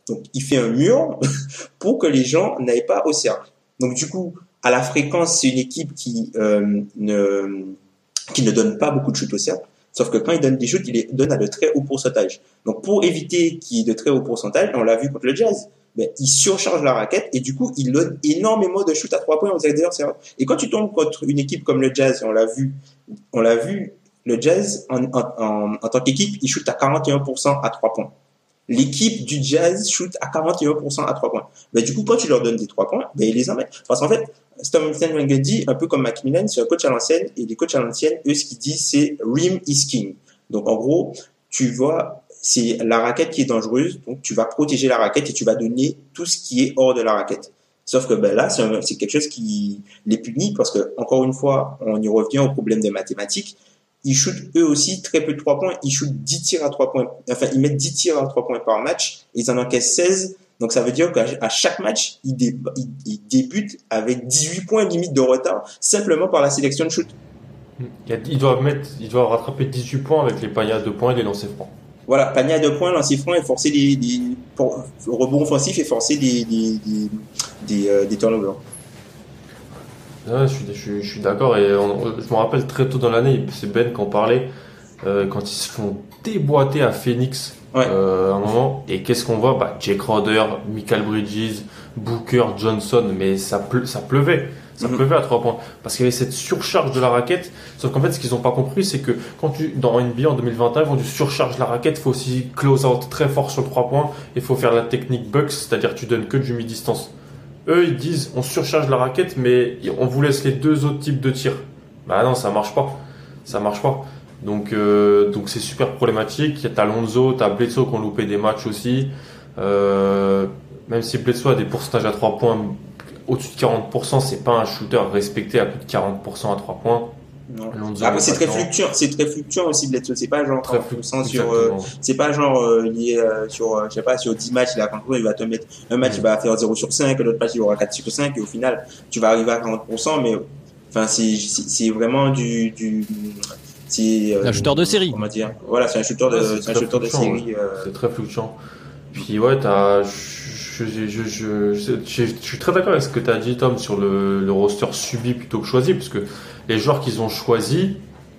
Donc, il fait un mur pour que les gens n'aillent pas au cercle. Donc, du coup, à la fréquence, c'est une équipe qui euh, ne qui ne donne pas beaucoup de shoots au cercle. Sauf que quand il donne des shoots, il les donne à de très hauts pourcentages. Donc, pour éviter qu'il y ait de très hauts pourcentages, on l'a vu contre le Jazz, ben, il surcharge la raquette et du coup, il donne énormément de shoots à trois points aux adversaires. Et quand tu tombes contre une équipe comme le Jazz, et on l'a vu, on l'a vu, le Jazz, en, en, en, en tant qu'équipe, il shoot à quarante et un pour cent à trois points. L'équipe du Jazz shoot à quarante et un pour cent à trois points. Ben, du coup, quand tu leur donnes des trois points, ben, ils les emmènent. Parce qu'en fait, Stan Van Gundy, un peu comme Macmillan, c'est un coach à l'ancienne, et les coachs à l'ancienne, eux, ce qu'ils disent, c'est rim is king. Donc, en gros, tu vois, c'est la raquette qui est dangereuse, donc tu vas protéger la raquette et tu vas donner tout ce qui est hors de la raquette. Sauf que, ben là, c'est, un, c'est quelque chose qui les punit parce que, encore une fois, on y revient au problème des mathématiques. Ils shootent eux aussi très peu de trois points. Ils shootent dix tirs à trois points. Enfin, ils mettent dix tirs à trois points par match. Ils en encaissent seize. Donc, ça veut dire qu'à chaque match, ils, dé, ils, ils débutent avec dix-huit points limite de retard simplement par la sélection de shoot. Ils doivent mettre, ils doivent rattraper dix-huit points avec les paniers à deux points et les lancers francs. Voilà, panier à deux points, lancer franc et forcer des, des pour, rebond offensif et forcer des, des, des, des, euh, des turnovers. Ouais, je, suis, je, suis, je suis d'accord et on, je me rappelle très tôt dans l'année, c'est Ben qui en parlait, euh, quand ils se font déboîter à Phoenix ouais. euh, à un moment. Et qu'est-ce qu'on voit? Bah, Jake Crowder, Michael Bridges, Booker, Johnson, mais ça, pleu, ça pleuvait. Ça mm-hmm. pleuvait à trois points. Parce qu'il y avait cette surcharge de la raquette. Sauf qu'en fait, ce qu'ils n'ont pas compris, c'est que quand tu, dans N B A en deux mille vingt et un, quand tu surcharges la raquette, il faut aussi close out très fort sur le trois points. Il faut faire la technique Bucks, c'est-à-dire que tu donnes que du mi-distance. Eux, ils disent, on surcharge la raquette, mais on vous laisse les deux autres types de tirs. Bah non, ça marche pas. Ça marche pas. Donc, euh, donc c'est super problématique. T'as Lonzo, t'as Bledsoe qui ont loupé des matchs aussi. Euh, même si Bledsoe a des pourcentages à trois points au-dessus de quarante pour cent, c'est pas un shooter respecté à plus de quarante pour cent à trois points. Non. Après, c'est très fluctuant, c'est très fluctuant aussi Bledsoe. C'est pas genre très fluctuant sur, euh, c'est pas genre euh, lié euh, sur, euh, je sais pas, sur dix matchs il a quarante pour cent, il va te mettre un match, mmh. il va faire zéro sur cinq, l'autre match il aura quatre sur cinq et au final tu vas arriver à quarante pour cent, mais enfin c'est c'est, c'est vraiment du du c'est euh, un shooter de série. Comment dire? Voilà, c'est un shooter de, ouais, c'est, c'est un shooter de série. Euh... C'est très fluctuant. Puis ouais, t'as, je, je, je, je, je, je, je suis très d'accord avec ce que tu as dit, Tom, sur le, le roster subi plutôt que choisi, parce que les joueurs qu'ils ont choisis,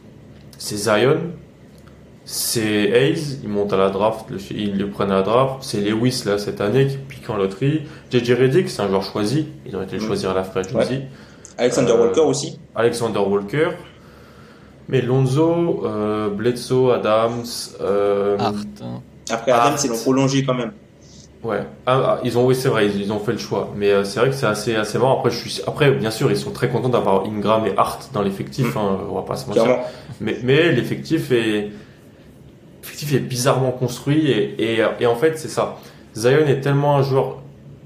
c'est Zion, c'est Hayes, ils montent à la draft, ils le prennent à la draft, c'est Lewis là cette année qui pique en loterie, J J Redick, c'est un joueur choisi, ils ont été le choisir à la free agency. Ouais. Alexander euh, Walker aussi. Alexander Walker. Mais Lonzo, euh, Bledsoe, Adams, euh, Art. Après Adams, ils l'ont prolongé quand même. Ouais, ah, ah, ils ont, oui, c'est vrai, ils, ils ont fait le choix. Mais euh, c'est vrai que c'est assez, assez marrant. Après, je suis, après, bien sûr, ils sont très contents d'avoir Ingram et Hart dans l'effectif. Mmh. Hein, on va pas se mentir. Clairement. Mais, mais l'effectif est, l'effectif est bizarrement construit et, et, et en fait, c'est ça. Zion est tellement un joueur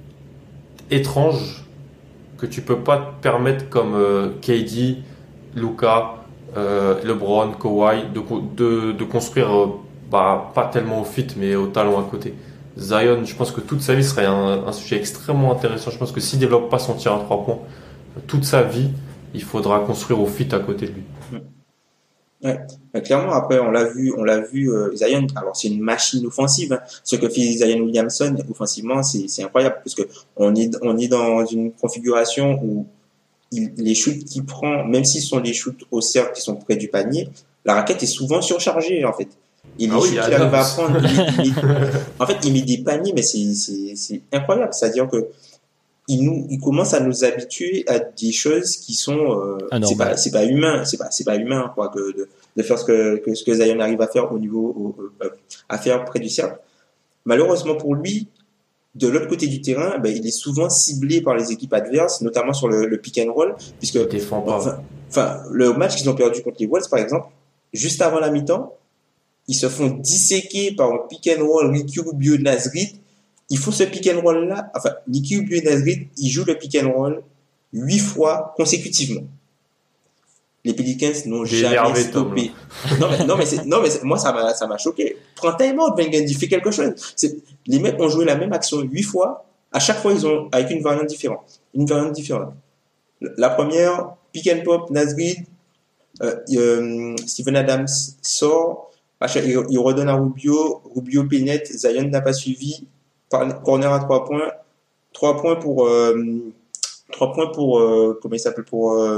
étrange que tu peux pas te permettre comme euh, K D, Luka, euh, LeBron, Kawhi de, de, de construire euh, bah, pas tellement au fit mais au talent à côté. Zion, je pense que toute sa vie serait un, un sujet extrêmement intéressant. Je pense que s'il développe pas son tir à trois points, toute sa vie, il faudra construire au fit à côté de lui. Ouais, mais clairement après on l'a vu, on l'a vu euh, Zion. Alors c'est une machine offensive. Hein. Ce que fait Zion Williamson offensivement, c'est c'est incroyable parce que on est on est dans une configuration où il, les shoots qu'il prend, même s'ils sont des shoots au cercle qui sont près du panier, la raquette est souvent surchargée en fait. Et les ah oui, shoots qu'il arrive à prendre, il, il, en fait, il met des paniers, mais c'est, c'est, c'est incroyable. C'est-à-dire que il nous, il commence à nous habituer à des choses qui sont, euh, c'est pas, c'est pas humain, c'est pas, c'est pas humain, quoi, que de, de faire ce que, que ce que Zion arrive à faire au niveau, au, euh, à faire près du cercle. Malheureusement pour lui, de l'autre côté du terrain, ben, il est souvent ciblé par les équipes adverses, notamment sur le, le pick and roll, puisque, il défend pas. Enfin, enfin, le match qu'ils ont perdu contre les Wolves, par exemple, juste avant la mi-temps, ils se font disséquer par un pick and roll Ricky Rubio de Naz Reid. Il faut ce pick and roll là. Enfin, Ricky Rubio de Naz Reid, il joue le pick and roll huit fois consécutivement. Les Pelicans n'ont J'ai jamais stoppé. non mais non mais c'est, non mais c'est, moi ça m'a ça m'a choqué. Prends time out, Van Gundy, fais quelque chose. C'est, les mecs ont joué la même action huit fois. À chaque fois ils ont avec une variante différente. Une variante différente. La première, pick and pop, Naz Reid, euh, euh, Steven Adams sort. Il redonne à Rubio, Rubio pénètre, Zion n'a pas suivi, corner à trois points, trois points pour, euh, trois points pour, euh, comment il s'appelle, pour, euh,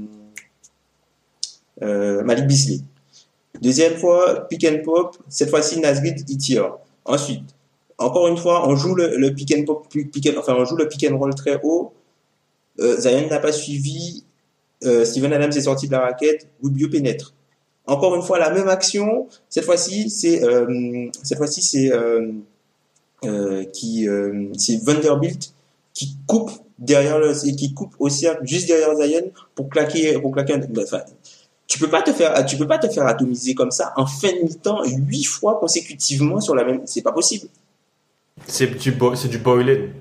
euh, Malik Beasley. Deuxième fois, pick and pop, cette fois-ci, Nasrid, il tire. Ensuite, encore une fois, on joue le, le pick and pop, pick and, enfin, on joue le pick and roll très haut. Euh, Zion n'a pas suivi, euh, Steven Adams est sorti de la raquette, Rubio pénètre. Encore une fois, la même action, cette fois-ci, c'est, euh, cette fois-ci, c'est, euh, euh, qui, euh, c'est Vanderbilt qui coupe derrière le, qui coupe au cercle, juste derrière Zion pour claquer, pour claquer un, enfin, tu peux pas te faire, tu peux pas te faire atomiser comme ça en fin de mi-temps huit fois consécutivement sur la même, c'est pas possible. C'est du, bo- c'est du boiling.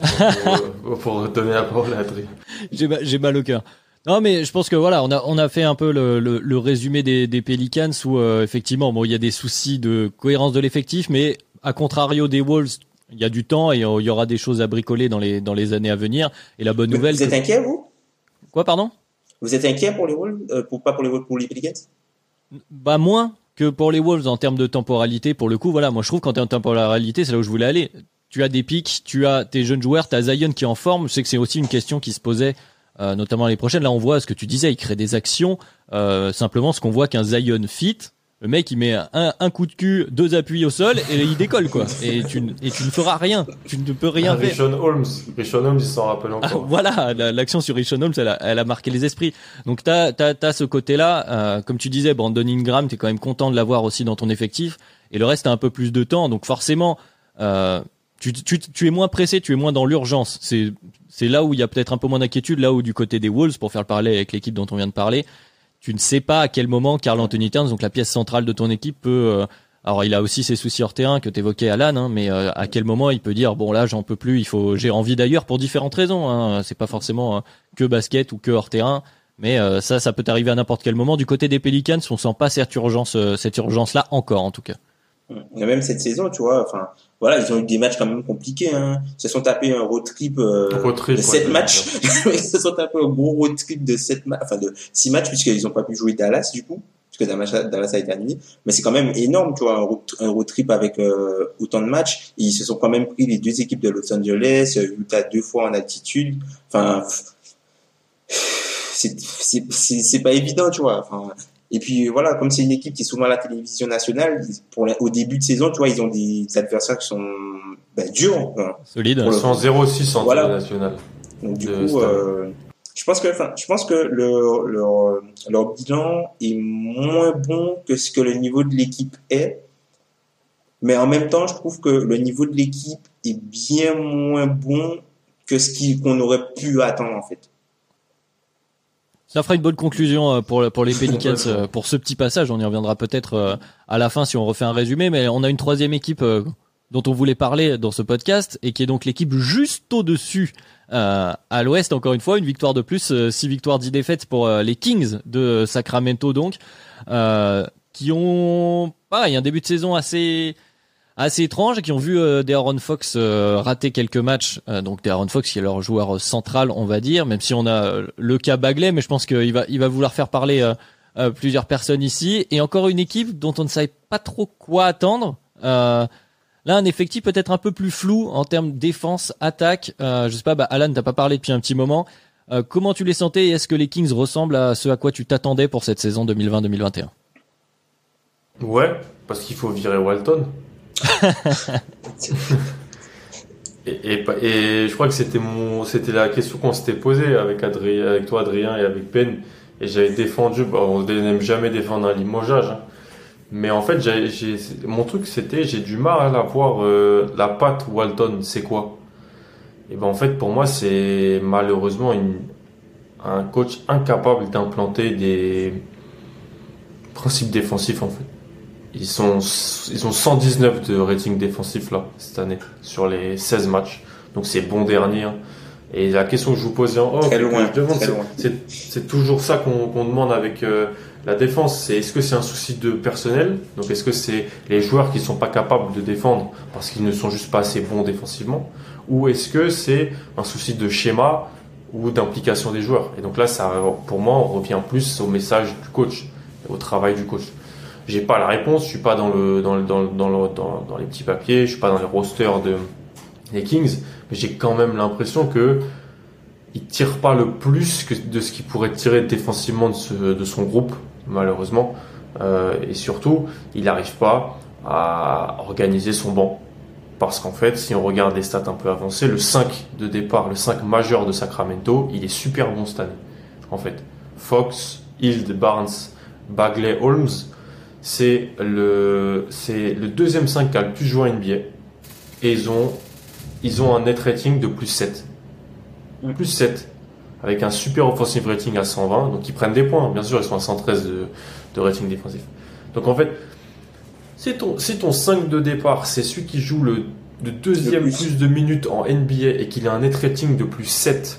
pour, pour donner la parole à Adrien. J'ai, j'ai mal au cœur. Non, mais je pense que voilà, on a on a fait un peu le le, le résumé des des Pelicans où euh, effectivement, bon, il y a des soucis de cohérence de l'effectif, mais à contrario des Wolves, il y a du temps et il y aura des choses à bricoler dans les dans les années à venir. Et la bonne nouvelle. Vous êtes que... inquiet, vous? Quoi, pardon? Vous êtes inquiet pour les Wolves, euh, pour pas pour les Wolves, pour les Pelicans? Bah moins que pour les Wolves en termes de temporalité. Pour le coup, voilà, moi je trouve qu'en termes de temporalité, c'est là où je voulais aller. Tu as des pics, tu as tes jeunes joueurs, tu as Zion qui est en forme. Je sais que c'est aussi une question qui se posait, euh, notamment les prochaines. Là, on voit ce que tu disais, il crée des actions. Euh, simplement, ce qu'on voit qu'un Zion fit, le mec, il met un, un coup de cul, deux appuis au sol et il décolle, quoi. Et tu, et tu ne feras rien. Tu ne peux rien ah, faire. Richon Holmes, Richon Holmes, il s'en rappelle encore. Ah, voilà, la, l'action sur Richon Holmes, elle a, elle a marqué les esprits. Donc t'as, t'as, t'as ce côté-là. Euh, comme tu disais, Brandon Ingram, t'es quand même content de l'avoir aussi dans ton effectif. Et le reste, t'as un peu plus de temps. Donc forcément, euh, tu, tu, tu es moins pressé, tu es moins dans l'urgence. C'est, c'est là où il y a peut-être un peu moins d'inquiétude, là où du côté des Wolves, pour faire le parallèle avec l'équipe dont on vient de parler, tu ne sais pas à quel moment Karl Anthony Towns, donc la pièce centrale de ton équipe, peut. Euh, alors il a aussi ses soucis hors terrain que t'évoquais Alan, hein, mais euh, à quel moment il peut dire bon là j'en peux plus, il faut, j'ai envie d'ailleurs pour différentes raisons. Hein, c'est pas forcément euh, que basket ou que hors terrain, mais euh, ça, ça peut arriver à n'importe quel moment. Du côté des Pelicans, on sent pas cette urgence, euh, cette urgence là encore en tout cas. Et même cette saison, tu vois, enfin, voilà, ils ont eu des matchs quand même compliqués, hein. Ils se sont tapés un road trip, euh, road trip de sept ouais, matchs. Ils se sont tapés un gros road trip de sept matchs, enfin, de six matchs, puisqu'ils ont pas pu jouer Dallas, du coup, puisque Dallas a été annulé. Mais c'est quand même énorme, tu vois, un road, un road trip avec, euh, autant de matchs. Et ils se sont quand même pris les deux équipes de Los Angeles, Utah deux fois en altitude. Enfin, c'est, c'est, c'est, c'est pas évident, tu vois. Enfin, et puis voilà, comme c'est une équipe qui est souvent à la télévision nationale, pour la, au début de saison, tu vois, ils ont des adversaires qui sont ben, durs. Hein, solides. Ils sont zéro six en voilà. nationale. Donc du coup, euh, je pense que, enfin, je pense que le, leur, leur bilan est moins bon que ce que le niveau de l'équipe est. Mais en même temps, je trouve que le niveau de l'équipe est bien moins bon que ce qui, qu'on aurait pu attendre, en fait. Ça fera une bonne conclusion pour pour les Pelicans pour ce petit passage. On y reviendra peut-être à la fin si on refait un résumé, mais on a une troisième équipe dont on voulait parler dans ce podcast et qui est donc l'équipe juste au-dessus euh, à l'ouest. Encore une fois, une victoire de plus, six victoires, dix défaites pour les Kings de Sacramento donc, euh, qui ont pareil un début de saison assez assez étrange et qui ont vu euh, De'Aaron Fox euh, rater quelques matchs. Euh, donc De'Aaron Fox qui est leur joueur central, on va dire, même si on a euh, le cas Bagley, mais je pense qu'il va il va vouloir faire parler euh, euh, plusieurs personnes ici. Et encore une équipe dont on ne savait pas trop quoi attendre. Euh, là, un effectif peut-être un peu plus flou en termes défense, attaque. Euh, je sais pas, bah, Alan, t'as pas parlé depuis un petit moment. Euh, comment tu les sentais et est-ce que les Kings ressemblent à ce à quoi tu t'attendais pour cette saison deux mille vingt deux mille vingt et un? Ouais, parce qu'il faut virer Walton. et, et, et je crois que c'était mon, c'était la question qu'on s'était posée avec Adrien, avec toi Adrien et avec Ben, et j'avais défendu. Bon, on n'aime jamais défendre un limogeage, hein, mais en fait, j'ai, j'ai, mon truc c'était j'ai du mal à voir euh, la patte Walton, c'est quoi? Et ben en fait pour moi c'est malheureusement une, un coach incapable d'implanter des principes défensifs en fait. Ils sont, ils ont cent dix-neuf de rating défensif là, cette année, sur les seize matchs. Donc c'est bon dernier. Hein. Et la question que je vous posais en off, très loin, je demande, très c'est, loin. C'est, c'est toujours ça qu'on, qu'on demande avec euh, la défense. C'est est-ce que c'est un souci de personnel? Donc est-ce que c'est les joueurs qui sont pas capables de défendre parce qu'ils ne sont juste pas assez bons défensivement? Ou est-ce que c'est un souci de schéma ou d'implication des joueurs? Et donc là, ça, pour moi, on revient plus au message du coach, au travail du coach. J'ai pas la réponse, je suis pas dans le dans le, dans le, dans, le, dans, dans les petits papiers, je suis pas dans les rosters de les Kings, mais j'ai quand même l'impression que il tire pas le plus que de ce qu'il pourrait tirer défensivement de, ce, de son groupe, malheureusement. Euh, et surtout, il n'arrive pas à organiser son banc. Parce qu'en fait, si on regarde les stats un peu avancées, le cinq de départ, le cinq majeur de Sacramento, il est super bon cette année. En fait, Fox, Hield, Barnes, Bagley, Holmes, c'est le, c'est le deuxième cinq qui a le plus joué en N B A. Et ils ont, ils ont un net rating de plus sept. Plus sept. Avec un super offensive rating à cent vingt. Donc ils prennent des points. Bien sûr, ils sont à cent treize de, de rating défensif. Donc en fait, si ton, si ton cinq de départ, c'est celui qui joue le, le deuxième le plus. plus de minutes en N B A et qu'il a un net rating de plus sept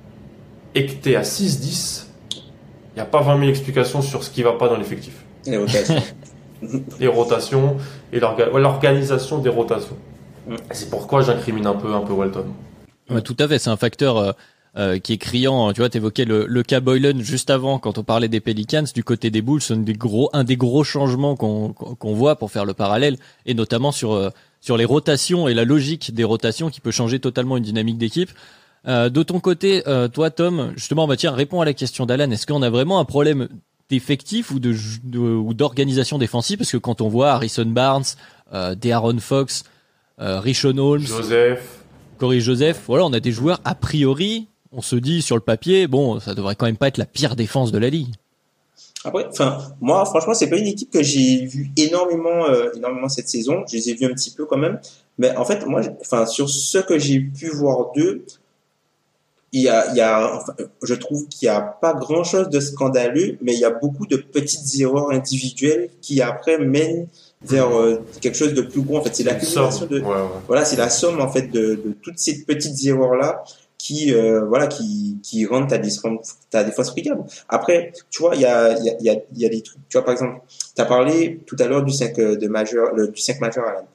et que tu es à six dix, il n'y a pas vingt mille explications sur ce qui ne va pas dans l'effectif. Les rotations. Les rotations et l'orga- l'organisation des rotations. Mm. C'est pourquoi j'incrimine un peu, un peu Walton. Ouais, tout à fait, c'est un facteur euh, euh, qui est criant. Tu vois, t'évoquais le, le cas Boylen juste avant quand on parlait des Pelicans. Du côté des Bulls, c'est un des gros, un des gros changements qu'on, qu'on voit pour faire le parallèle, et notamment sur euh, sur les rotations et la logique des rotations qui peut changer totalement une dynamique d'équipe. Euh, de ton côté, euh, toi, Tom, justement, bah tiens, réponds à la question d'Alan. Est-ce qu'on a vraiment un problème d'effectif ou de, de ou d'organisation défensive? Parce que quand on voit Harrison Barnes, euh, De'Aaron Fox, euh, Rishon Holmes, Joseph. Corey Joseph, voilà, on a des joueurs, a priori, on se dit sur le papier, bon, ça devrait quand même pas être la pire défense de la ligue. Après, enfin, moi, franchement, c'est pas une équipe que j'ai vue énormément, euh, énormément cette saison. Je les ai vus un petit peu quand même. Mais en fait, moi, enfin, sur ce que j'ai pu voir d'eux, il y a, il y a, enfin, je trouve qu'il y a pas grand chose de scandaleux, mais il y a beaucoup de petites erreurs individuelles qui après mènent vers euh, quelque chose de plus gros. En fait, c'est l'accumulation de, ouais, ouais. voilà, c'est la somme en fait de, de toutes ces petites erreurs là qui, euh, voilà, qui, qui rendent ta défense, ta défense friable. Après, tu vois, il y a, il y a, il y a, il y a des trucs. Tu vois, par exemple, t'as parlé tout à l'heure du cinq de majeur, le, du cinq majeur, Alan.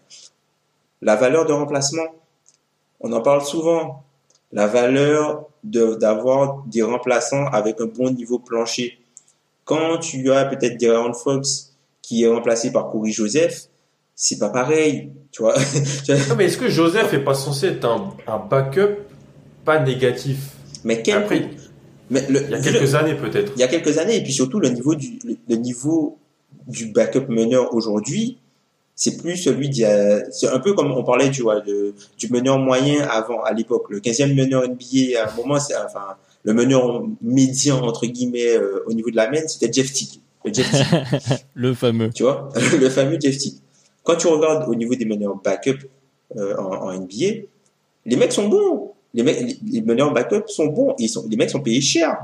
La valeur de remplacement, on en parle souvent. La valeur de, d'avoir des remplaçants avec un bon niveau plancher. Quand tu as peut-être De'Aaron Fox qui est remplacé par Corey Joseph, c'est pas pareil, tu vois. Non, mais est-ce que Joseph est pas censé être un, un backup pas négatif? Mais quel Après, mais le, il y a quelques le, années peut-être. Il y a quelques années, et puis surtout le niveau du le, le niveau du backup meneur aujourd'hui, c'est plus celui d'il y a, c'est un peu comme on parlait, tu vois, de, du meneur moyen avant, à l'époque. Le quinzième meneur N B A, à un moment, c'est, enfin, le meneur médian, entre guillemets, euh, au niveau de la main, c'était Jeff Teague. Le Jeff Teague. Le fameux. Tu vois, le fameux Jeff Teague. Quand tu regardes au niveau des meneurs backup, euh, en, en N B A, les mecs sont bons. Les mecs, les, les meneurs backup sont bons. Et ils sont, les mecs sont payés cher.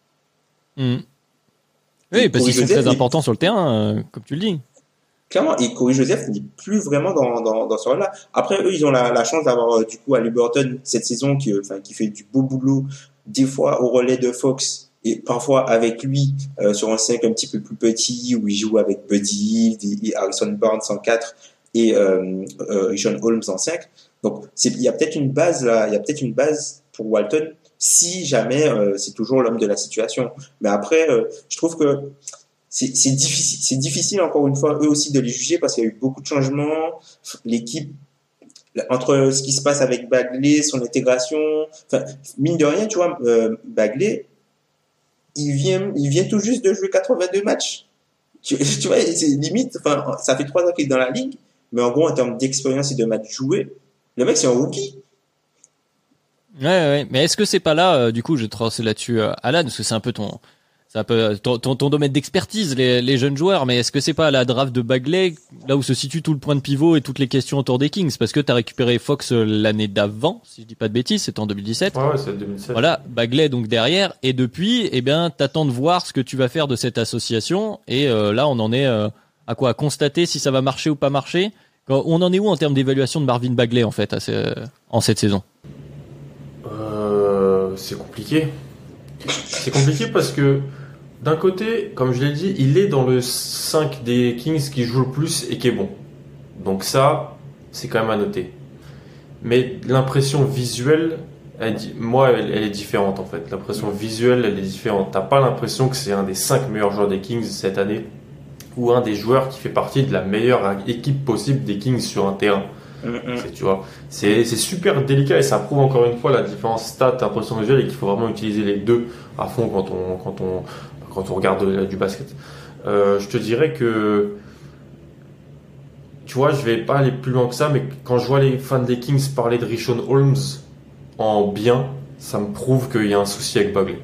Mmh. Oui, parce qu'ils sont très importants sur le terrain, euh, comme tu le dis. Clairement, et Corey Joseph n'est plus vraiment dans, dans, dans ce rôle-là. Après, eux, ils ont la, la chance d'avoir, euh, du coup, Haliburton, cette saison, qui, enfin, qui fait du beau boulot, des fois au relais de Fox, et parfois avec lui, euh, sur un cinq un petit peu plus petit, où il joue avec Buddy Hield et Harrison Barnes en quatre, et, euh, euh, Rishon Holmes en cinq. Donc, c'est, il y a peut-être une base, là, il y a peut-être une base pour Walton, si jamais, euh, c'est toujours l'homme de la situation. Mais après, euh, je trouve que, C'est, c'est difficile, c'est difficile encore une fois eux aussi de les juger parce qu'il y a eu beaucoup de changements. L'équipe, entre ce qui se passe avec Bagley, son intégration, enfin mine de rien, tu vois, euh, Bagley, il vient, il vient tout juste de jouer quatre-vingt-deux matchs. Tu, tu vois, c'est limite. Enfin, ça fait trois ans qu'il est dans la ligue, mais en gros en termes d'expérience et de matchs joués, le mec c'est un rookie. Ouais, ouais. Mais est-ce que c'est pas là, euh, du coup, je vais te tracer là-dessus, euh, Alan, parce que c'est un peu ton C'est un peu ton, ton, ton domaine d'expertise, les, les jeunes joueurs, mais est-ce que c'est pas à la draft de Bagley, là où se situe tout le point de pivot et toutes les questions autour des Kings? Parce que t'as récupéré Fox l'année d'avant, si je dis pas de bêtises, c'était en deux mille dix-sept. Ouais, ouais, c'est deux mille dix-sept. Voilà, Bagley donc derrière, et depuis, eh bien, t'attends de voir ce que tu vas faire de cette association, et euh, là, on en est euh, à quoi? À constater si ça va marcher ou pas marcher. On en est où en termes d'évaluation de Marvin Bagley, en fait, à ce, en cette saison? Euh, c'est compliqué. C'est compliqué parce que d'un côté, comme je l'ai dit, il est dans le cinq des Kings qui joue le plus et qui est bon. Donc ça, c'est quand même à noter. Mais l'impression visuelle, elle, moi, elle, elle est différente en fait. L'impression visuelle, elle est différente. T'as pas l'impression que c'est un des cinq meilleurs joueurs des Kings cette année ou un des joueurs qui fait partie de la meilleure équipe possible des Kings sur un terrain. Mm-hmm. C'est, tu vois, c'est, c'est super délicat et ça prouve encore une fois la différence stat, impression visuelle et qu'il faut vraiment utiliser les deux à fond quand on, quand on, quand on regarde du basket. Euh, je te dirais que, tu vois, je vais pas aller plus loin que ça, mais quand je vois les fans des Kings parler de Richaun Holmes en bien, ça me prouve qu'il y a un souci avec Bagley.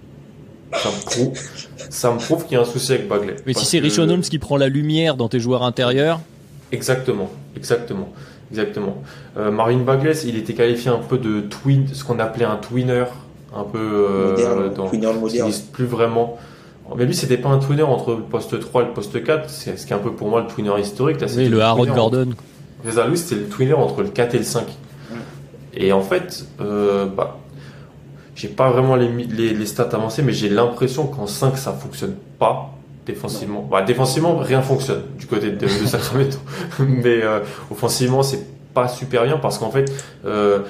Ça me prouve, ça me prouve qu'il y a un souci avec Bagley. Mais si c'est Richaun Holmes qui prend la lumière dans tes joueurs intérieurs. Exactement, exactement, exactement. Euh, Marvin Bagley, il était qualifié un peu de twin, ce qu'on appelait un twinner, un peu euh, moderne, dans, twinner moderne. Ça n'existe plus vraiment. Mais lui, c'était pas un twinner entre le poste trois et le poste quatre, c'est ce qui est un peu pour moi le twinner historique. Là, oui, le Aaron Gordon. Entre... C'est ça, lui, c'était le twinner entre le quatre et le cinq. Mm. Et en fait, euh, bah, j'ai pas vraiment les, les, les stats avancées, mais j'ai l'impression qu'en cinq, ça fonctionne pas défensivement. Bah, défensivement, rien fonctionne du côté de, de Sacramento. Mais euh, offensivement, c'est pas super bien parce qu'en fait, euh,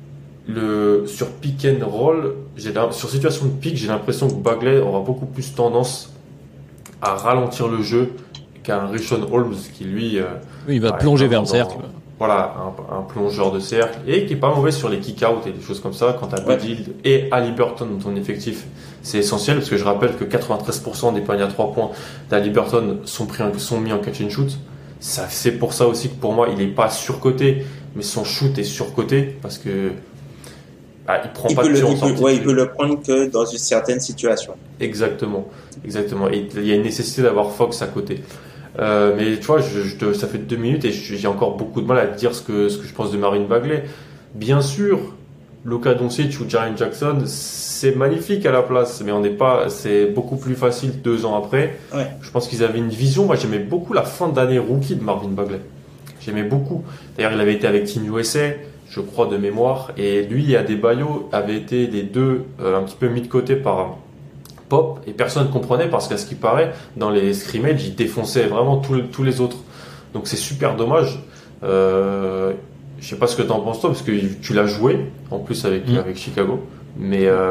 le, sur pick and roll, j'ai sur situation de pick, j'ai l'impression que Bagley aura beaucoup plus tendance à ralentir le jeu qu'un Richaun Holmes qui lui... Euh, oui, il va ouais, plonger vers le cercle. Voilà, un, un plongeur de cercle et qui est pas mauvais sur les kick-out et des choses comme ça. Quant à ouais. Buddy Hield et Haliburton dans ton effectif, c'est essentiel parce que je rappelle que quatre-vingt-treize pour cent des paniers à trois points d'Haliburton sont, pris, sont mis en catch and shoot. Ça, c'est pour ça aussi que pour moi, il est pas surcoté, mais son shoot est surcoté parce que bah, il prend il pas peut de le, tir en il sortie. Peut, ouais, il peut le prendre que dans une certaine situation. Exactement, exactement. Et il y a une nécessité d'avoir Fox à côté. Euh, mais tu vois, je, je te, ça fait deux minutes et j'ai encore beaucoup de mal à te dire ce que, ce que je pense de Marvin Bagley. Bien sûr, Luka Doncic ou Jaren Jackson, c'est magnifique à la place, mais on n'est pas, c'est beaucoup plus facile deux ans après. Ouais. Je pense qu'ils avaient une vision. Moi, j'aimais beaucoup la fin d'année rookie de Marvin Bagley. J'aimais beaucoup. D'ailleurs, il avait été avec Team U S A, je crois, de mémoire, et lui et Adebayo avaient été les deux euh, un petit peu mis de côté par Pop, et personne ne comprenait parce qu'à ce qui paraît, dans les scrimmages, il défonçait vraiment tous, tous les autres. Donc c'est super dommage. Euh, je sais pas ce que tu en penses toi, parce que tu l'as joué en plus avec, mmh. avec Chicago, mais euh,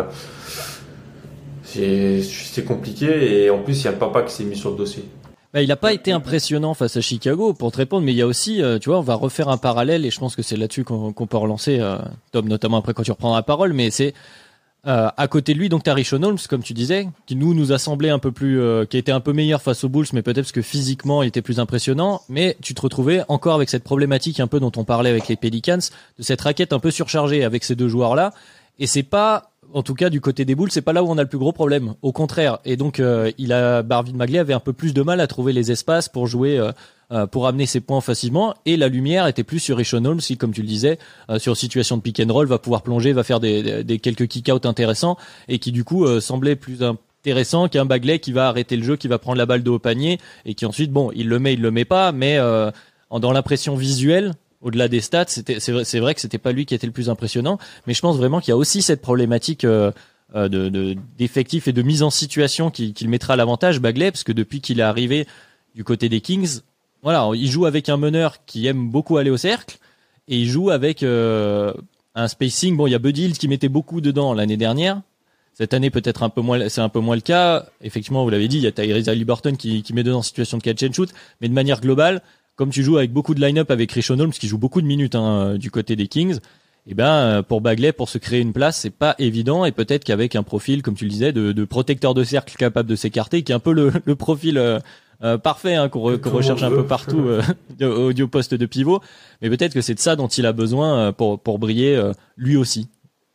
c'est, c'est compliqué et en plus il y a le papa qui s'est mis sur le dossier. Bah, il n'a pas été impressionnant face à Chicago pour te répondre, mais il y a aussi, euh, tu vois, on va refaire un parallèle et je pense que c'est là-dessus qu'on, qu'on peut relancer, euh, Tom, notamment après quand tu reprendras la parole, mais c'est Euh, à côté de lui, donc t'as Richaun Holmes, comme tu disais, qui nous nous a semblé un peu plus, euh, qui a été un peu meilleur face aux Bulls, mais peut-être parce que physiquement il était plus impressionnant. Mais tu te retrouvais encore avec cette problématique un peu dont on parlait avec les Pelicans, de cette raquette un peu surchargée avec ces deux joueurs-là. Et c'est pas, en tout cas du côté des Bulls, c'est pas là où on a le plus gros problème. Au contraire. Et donc euh, il a, Marvin Bagley avait un peu plus de mal à trouver les espaces pour jouer. Euh, Euh, pour amener ses points facilement, et la lumière était plus sur Richaun Holmes qui, comme tu le disais, euh, sur situation de pick and roll, va pouvoir plonger, va faire des, des, des quelques kick-out intéressants, et qui du coup euh, semblait plus intéressant qu'un Bagley qui va arrêter le jeu, qui va prendre la balle de haut panier, et qui ensuite, bon, il le met, il le met pas, mais euh, dans l'impression visuelle, au-delà des stats, c'était, c'est, vrai, c'est vrai que c'était pas lui qui était le plus impressionnant, mais je pense vraiment qu'il y a aussi cette problématique euh, euh, de, de, d'effectifs et de mise en situation qui, qui le mettra à l'avantage, Bagley, parce que depuis qu'il est arrivé du côté des Kings, voilà, il joue avec un meneur qui aime beaucoup aller au cercle et il joue avec euh, un spacing. Bon, il y a Buddy Hield qui mettait beaucoup dedans l'année dernière. Cette année, peut-être un peu moins, c'est un peu moins le cas. Effectivement, vous l'avez dit, il y a Tyrese Haliburton qui, qui met dedans en situation de catch and shoot. Mais de manière globale, comme tu joues avec beaucoup de line-up avec Richaun Holmes qui joue beaucoup de minutes hein, du côté des Kings, eh ben pour Bagley, pour se créer une place, c'est pas évident. Et peut-être qu'avec un profil, comme tu le disais, de, de protecteur de cercle capable de s'écarter, qui est un peu le, le profil. Euh, Euh, parfait hein, qu'on, re, qu'on recherche un peu partout euh, au, au poste de pivot, mais peut-être que c'est de ça dont il a besoin euh, pour pour briller euh, lui aussi.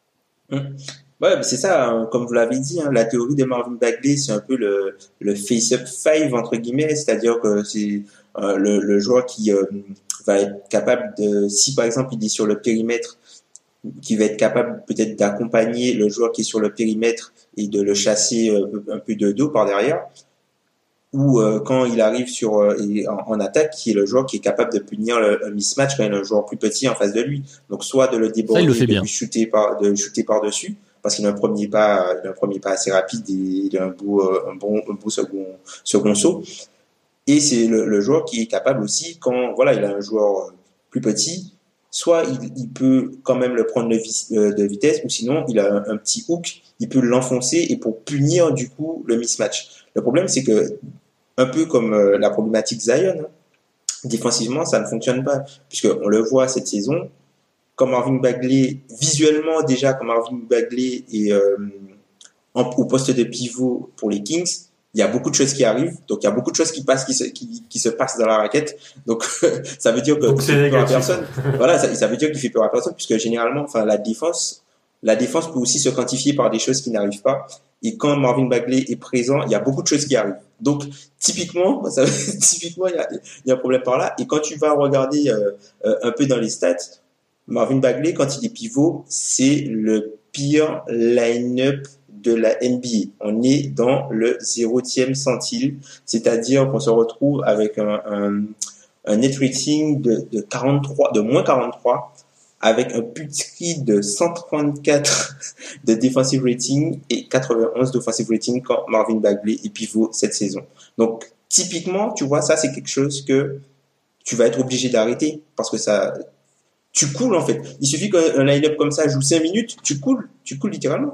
Mmh. Ouais, c'est ça, hein, comme vous l'avez dit, hein, la théorie de Marvin Bagley, c'est un peu le le face-up five entre guillemets, c'est-à-dire que c'est euh, le, le joueur qui euh, va être capable de, si par exemple il est sur le périmètre, qui va être capable peut-être d'accompagner le joueur qui est sur le périmètre et de le chasser un peu, un peu de dos par derrière. Ou euh, quand il arrive sur euh, en, en attaque, qui est le joueur qui est capable de punir le, le mismatch quand il y a un joueur plus petit en face de lui. Donc soit de le déborder, le de lui shooter par de shooter par dessus, parce qu'il a un premier pas, il a un premier pas assez rapide et il a un beau un bon un beau second second saut. Et c'est le, le joueur qui est capable aussi quand voilà il a un joueur plus petit, soit il, il peut quand même le prendre de, de vitesse, ou sinon il a un, un petit hook, il peut l'enfoncer et pour punir du coup le mismatch. Le problème c'est que un peu comme euh, la problématique Zion, hein. défensivement, ça ne fonctionne pas. Puisqu'on le voit cette saison, comme Marvin Bagley, visuellement déjà, comme Marvin Bagley est euh, en, au poste de pivot pour les Kings, il y a beaucoup de choses qui arrivent. Donc, il y a beaucoup de choses qui passent, qui se, qui, qui se passent dans la raquette. Donc, ça veut dire que donc, c'est c'est peur à personne. Voilà, ça, ça veut dire qu'il fait peur à personne, puisque généralement, enfin, la défense, la défense peut aussi se quantifier par des choses qui n'arrivent pas. Et quand Marvin Bagley est présent, il y a beaucoup de choses qui arrivent. Donc, typiquement, ça, typiquement, il y a, il y a un problème par là. Et quand tu vas regarder euh, euh, un peu dans les stats, Marvin Bagley, quand il est pivot, c'est le pire line-up de la N B A. On est dans le zérotième centile, c'est-à-dire qu'on se retrouve avec un, un, un net rating de, de quarante-trois, de moins quarante-trois, avec un putrid de cent trente-quatre de defensive rating et quatre-vingt-onze d'offensive rating quand Marvin Bagley est pivot cette saison. Donc, typiquement, tu vois, ça, c'est quelque chose que tu vas être obligé d'arrêter parce que ça, tu coules, en fait. Il suffit qu'un line-up comme ça joue cinq minutes, tu coules, tu coules littéralement.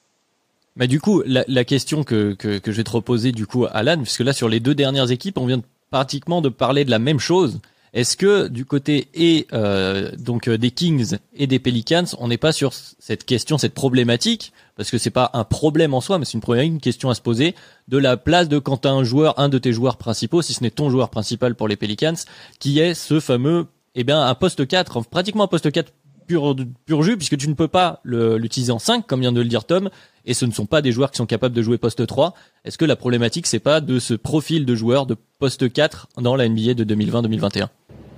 Mais du coup, la, la question que, que, que je vais te reposer du coup, Alan, puisque là, sur les deux dernières équipes, on vient de, pratiquement de parler de la même chose. Est-ce que du côté et euh, donc des Kings et des Pelicans, on n'est pas sur cette question, cette problématique, parce que c'est pas un problème en soi, mais c'est une première une question à se poser de la place de quand t'as un joueur, un de tes joueurs principaux, si ce n'est ton joueur principal pour les Pelicans, qui est ce fameux, eh bien, un poste quatre, pratiquement un poste quatre pur pur jus, puisque tu ne peux pas le, l'utiliser en cinq, comme vient de le dire Tom, et ce ne sont pas des joueurs qui sont capables de jouer poste trois. Est-ce que la problématique, c'est pas de ce profil de joueur de poste quatre dans la N B A de deux mille vingt deux mille vingt et un?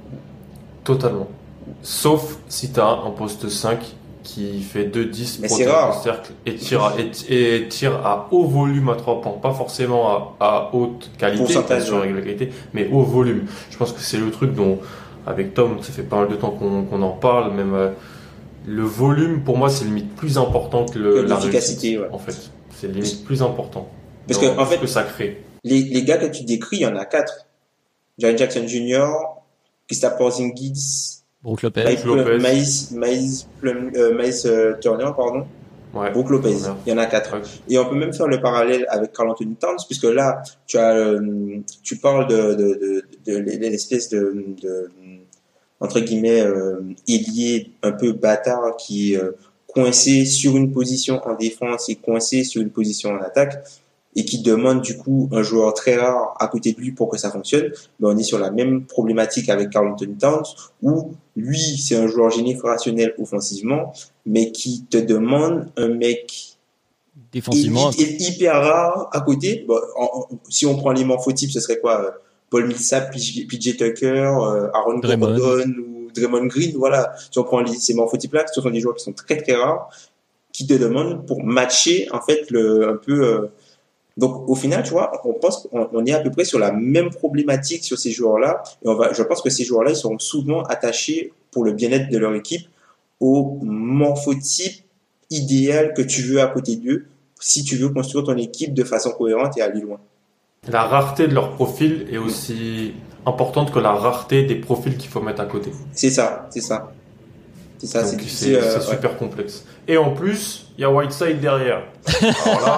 Totalement. Sauf si tu as un poste cinq qui fait deux dix mais protège le cercle et tire, à, et, et tire à haut volume à trois points. Pas forcément à, à haute qualité, sur la qualité, mais haut volume. Je pense que c'est le truc dont, avec Tom, ça fait pas mal de temps qu'on, qu'on en parle. Même euh, le volume, pour moi, c'est limite plus important que, le, que la l'efficacité. Ouais. En fait, c'est limite plus important. Parce que, en fait, que ça crée. Les, les gars que tu décris, il y en a quatre. Jaren Jackson junior, Kristaps Porzingis, Brook Lopez, Miles, Miles, euh, Miles euh, Turner, pardon, ouais, Brook Lopez. Il y en a quatre. Ouais. Et on peut même faire le parallèle avec Karl Anthony Towns, puisque là, tu as, euh, tu parles de, de, de, de, de l'espèce de, de, entre guillemets, euh, ailier un peu bâtard qui est euh, coincé sur une position en défense et coincé sur une position en attaque, et qui demande du coup un joueur très rare à côté de lui pour que ça fonctionne. Mais on est sur la même problématique avec Karl Anthony Towns, où lui, c'est un joueur générationnel offensivement, mais qui te demande un mec défensivement hyper rare à côté. Bon, en, en, si on prend les morphotypes, ce serait quoi? Paul Millsap, P J Tucker, euh, Aaron Draymond. Gordon ou Draymond Green. Voilà, si on prend les, ces morphotypes-là, ce sont des joueurs qui sont très très rares, qui te demandent pour matcher en fait le un peu. Euh, Donc, au final, tu vois, on pense qu'on on est à peu près sur la même problématique sur ces joueurs-là. Et on va, je pense que ces joueurs-là, ils seront souvent attachés pour le bien-être de leur équipe au morphotype idéal que tu veux à côté d'eux si tu veux construire ton équipe de façon cohérente et aller loin. La rareté de leur profil est aussi importante que la rareté des profils qu'il faut mettre à côté. C'est ça, c'est ça. C'est ça, Donc c'est, c'est, c'est, euh, c'est super ouais. complexe. Et en plus, il y a Whiteside derrière. Alors là...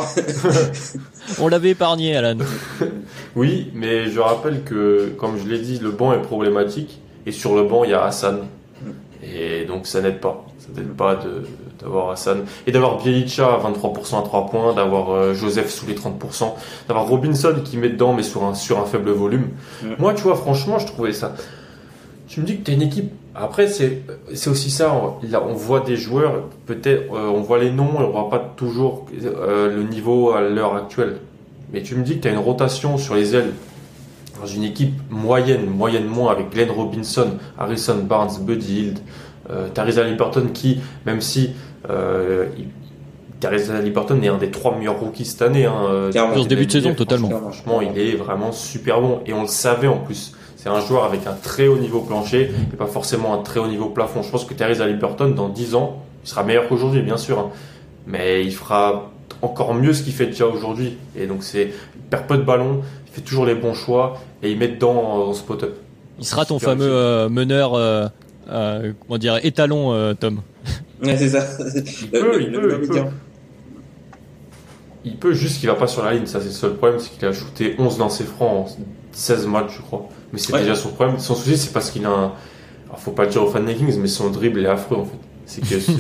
On l'avait épargné, Alan. Oui, mais je rappelle que, comme je l'ai dit, le banc est problématique. Et sur le banc, il y a Hassan. Et donc, ça n'aide pas. Ça n'aide pas de, d'avoir Hassan. Et d'avoir Bjelica à vingt-trois pour cent à trois points, d'avoir euh, Joseph sous les trente pour cent, d'avoir Robinson qui met dedans, mais sur un, sur un faible volume. Mm. Moi, tu vois, franchement, je trouvais ça... Tu me dis que tu as une équipe... Après, c'est, c'est aussi ça. On, là, on voit des joueurs, peut-être, euh, on voit les noms, et on voit pas toujours euh, le niveau à l'heure actuelle. Mais tu me dis que tu as une rotation sur les ailes dans une équipe moyenne, moyenne moins, avec Glenn Robinson, Harrison Barnes, Buddy Hield, euh, Tyrese Haliburton qui, même si euh, il, Tyrese Haliburton est un des trois meilleurs rookies cette année. Hein, sur ce début de saison, totalement. Franchement, il est vraiment super bon. Et on le savait en plus. C'est un joueur avec un très haut niveau plancher et pas forcément un très haut niveau plafond. Je pense que Tyrese Haliburton, dans dix ans, il sera meilleur qu'aujourd'hui, bien sûr. Hein. Mais il fera encore mieux ce qu'il fait déjà aujourd'hui. Et donc, c'est, il perd peu de ballon, il fait toujours les bons choix et il met dedans en spot-up. Il sera ton super fameux euh, meneur, euh, euh, comment dire, étalon, euh, Tom. Ouais, c'est ça. Il peut, il peut, il peut. Il peut, juste qu'il va pas sur la ligne. Ça, c'est le seul problème, c'est qu'il a shooté onze dans ses francs en seize matchs, je crois. Mais c'est Ouais. déjà son problème. Son souci, c'est parce qu'il a un. Alors, faut pas le dire aux fans des Kings, mais son dribble est affreux en fait. C'est que ce...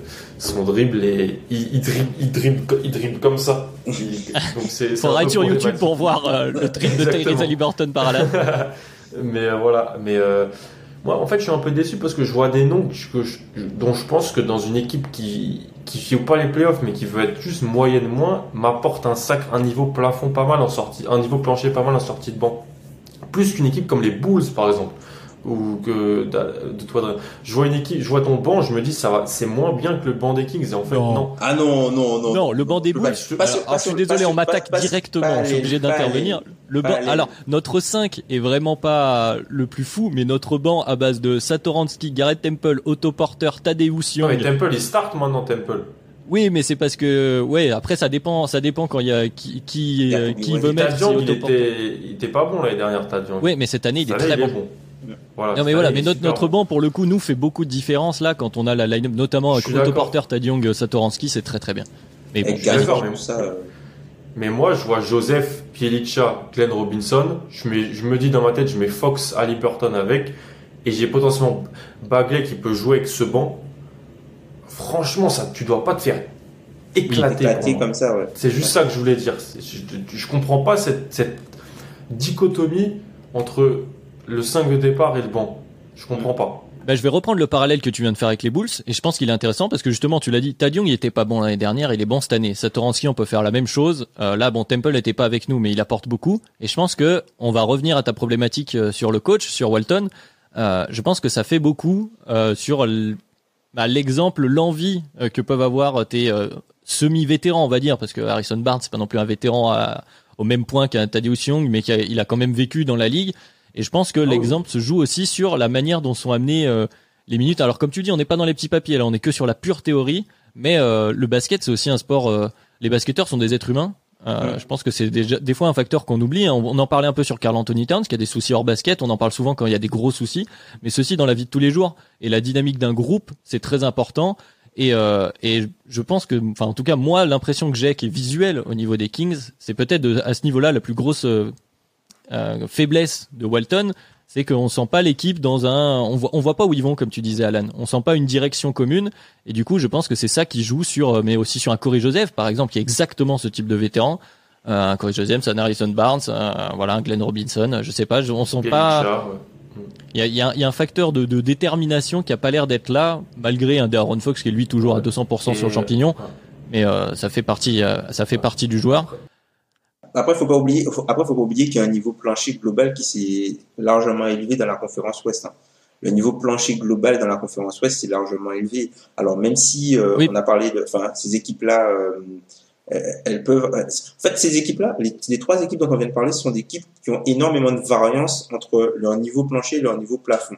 son dribble est. Il, il, dribble, il, dribble, il dribble comme ça. Il... Donc c'est. Faudra être sur YouTube pour voir euh, le trip de Tyrese Haliburton par Alan. mais euh, voilà. Mais euh, moi, en fait, je suis un peu déçu parce que je vois des noms que je, dont je pense que dans une équipe qui qui joue pas les playoffs, mais qui veut être juste moyenne moins, m'apporte un sacre, un niveau plafond pas mal en sortie, un niveau plancher pas mal en sortie de banc. Plus qu'une équipe comme les Bulls, par exemple. Ou que de, de toi, de, je vois une équipe, je vois ton banc, je me dis ça va, c'est moins bien que le banc des Kings. Et en fait, non. non. Ah non, non, non. Non, le banc des Bulls. Pas, Je, pas, alors, pas, je suis désolé, pas, on m'attaque pas, directement. pas je suis obligé d'intervenir. Le banc. les... Alors, notre cinq est vraiment pas le plus fou, mais notre banc à base de Satoransky, Garrett Temple, Otto Porter, Tadeusz Young. Non, mais Temple, il start maintenant, Temple. Oui, mais c'est parce que, ouais, après ça dépend, ça dépend quand il y a qui qui, il y a euh, qui veut Tad mettre. Young, Si il Otto Porter. était, il était pas bon l'année dernière, Tad Young. Oui, mais cette année il est Cette très année, bon. il est bon. Voilà, non mais cette voilà, année, mais il est notre super notre bon. banc pour le coup nous fait beaucoup de différence là quand on a la line-up, notamment avec Je suis Otto d'accord. Porter, Tad Young, Satoransky, c'est très très bien. Mais bon, Avec je suis d'accord, Garnier, mais- tout ça. euh, Mais moi, je vois Joseph, Pielica, Glenn Robinson. Je, mets, je me dis dans ma tête, je mets Fox, Haliburton avec. Et j'ai potentiellement Bagley qui peut jouer avec ce banc. Franchement, ça, tu dois pas te faire éclater. éclaté pour moi. comme ça, ouais. C'est juste ça que je voulais dire. C'est- Je, je, je comprends pas cette, cette dichotomie entre le cinq de départ et le banc. Je comprends pas. Bah, je vais reprendre le parallèle que tu viens de faire avec les Bulls et je pense qu'il est intéressant parce que justement tu l'as dit, Tad Young il était pas bon l'année dernière, il est bon cette année. Satoransky on peut faire la même chose. Euh, là bon Temple n'était pas avec nous mais il apporte beaucoup et je pense que on va revenir à ta problématique euh, sur le coach, sur Walton. Euh, je pense que ça fait beaucoup euh, sur l- bah, l'exemple, l'envie euh, que peuvent avoir tes euh, semi-vétérans on va dire parce que Harrison Barnes c'est pas non plus un vétéran à, au même point qu'un Tadeusz Young mais qui a, il a quand même vécu dans la ligue. Et je pense que oui. l'exemple se joue aussi sur la manière dont sont amenées euh, les minutes. Alors comme tu dis, on n'est pas dans les petits papiers, là on est que sur la pure théorie, mais euh, le basket c'est aussi un sport, euh, les basketteurs sont des êtres humains. Euh, Ouais. Je pense que c'est déjà des fois un facteur qu'on oublie. On, on en parlait un peu sur Karl Anthony Towns qui a des soucis hors basket, on en parle souvent quand il y a des gros soucis, mais ceci dans la vie de tous les jours. Et la dynamique d'un groupe, c'est très important. Et, euh, et je pense que, enfin en tout cas moi l'impression que j'ai qui est visuelle au niveau des Kings, c'est peut-être de, à ce niveau-là la plus grosse euh, Euh, faiblesse de Walton, c'est qu'on sent pas l'équipe dans un, on voit, on voit pas où ils vont comme tu disais Alan, on sent pas une direction commune et du coup je pense que c'est ça qui joue sur, mais aussi sur un Corey Joseph par exemple qui est exactement ce type de vétéran, euh, un Corey Joseph, un Harrison Barnes, euh, voilà un Glenn Robinson, je sais pas, je, on sent pas, Pielica, ouais. il y a, il y, a, il y a un facteur de, de détermination qui a pas l'air d'être là malgré un De'Aaron Fox qui est lui toujours à deux cents pour cent Et, sur le champignon, ouais. mais euh, ça fait partie, euh, ça fait partie du joueur. Après, faut pas oublier, faut, après, faut pas oublier qu'il y a un niveau plancher global qui s'est largement élevé dans la conférence Ouest. Hein. Le niveau plancher global dans la conférence Ouest s'est largement élevé. Alors, même si euh, Oui. on a parlé de, enfin, ces équipes-là, euh, elles peuvent. En fait, ces équipes-là, les, les trois équipes dont on vient de parler, ce sont des équipes qui ont énormément de variance entre leur niveau plancher et leur niveau plafond.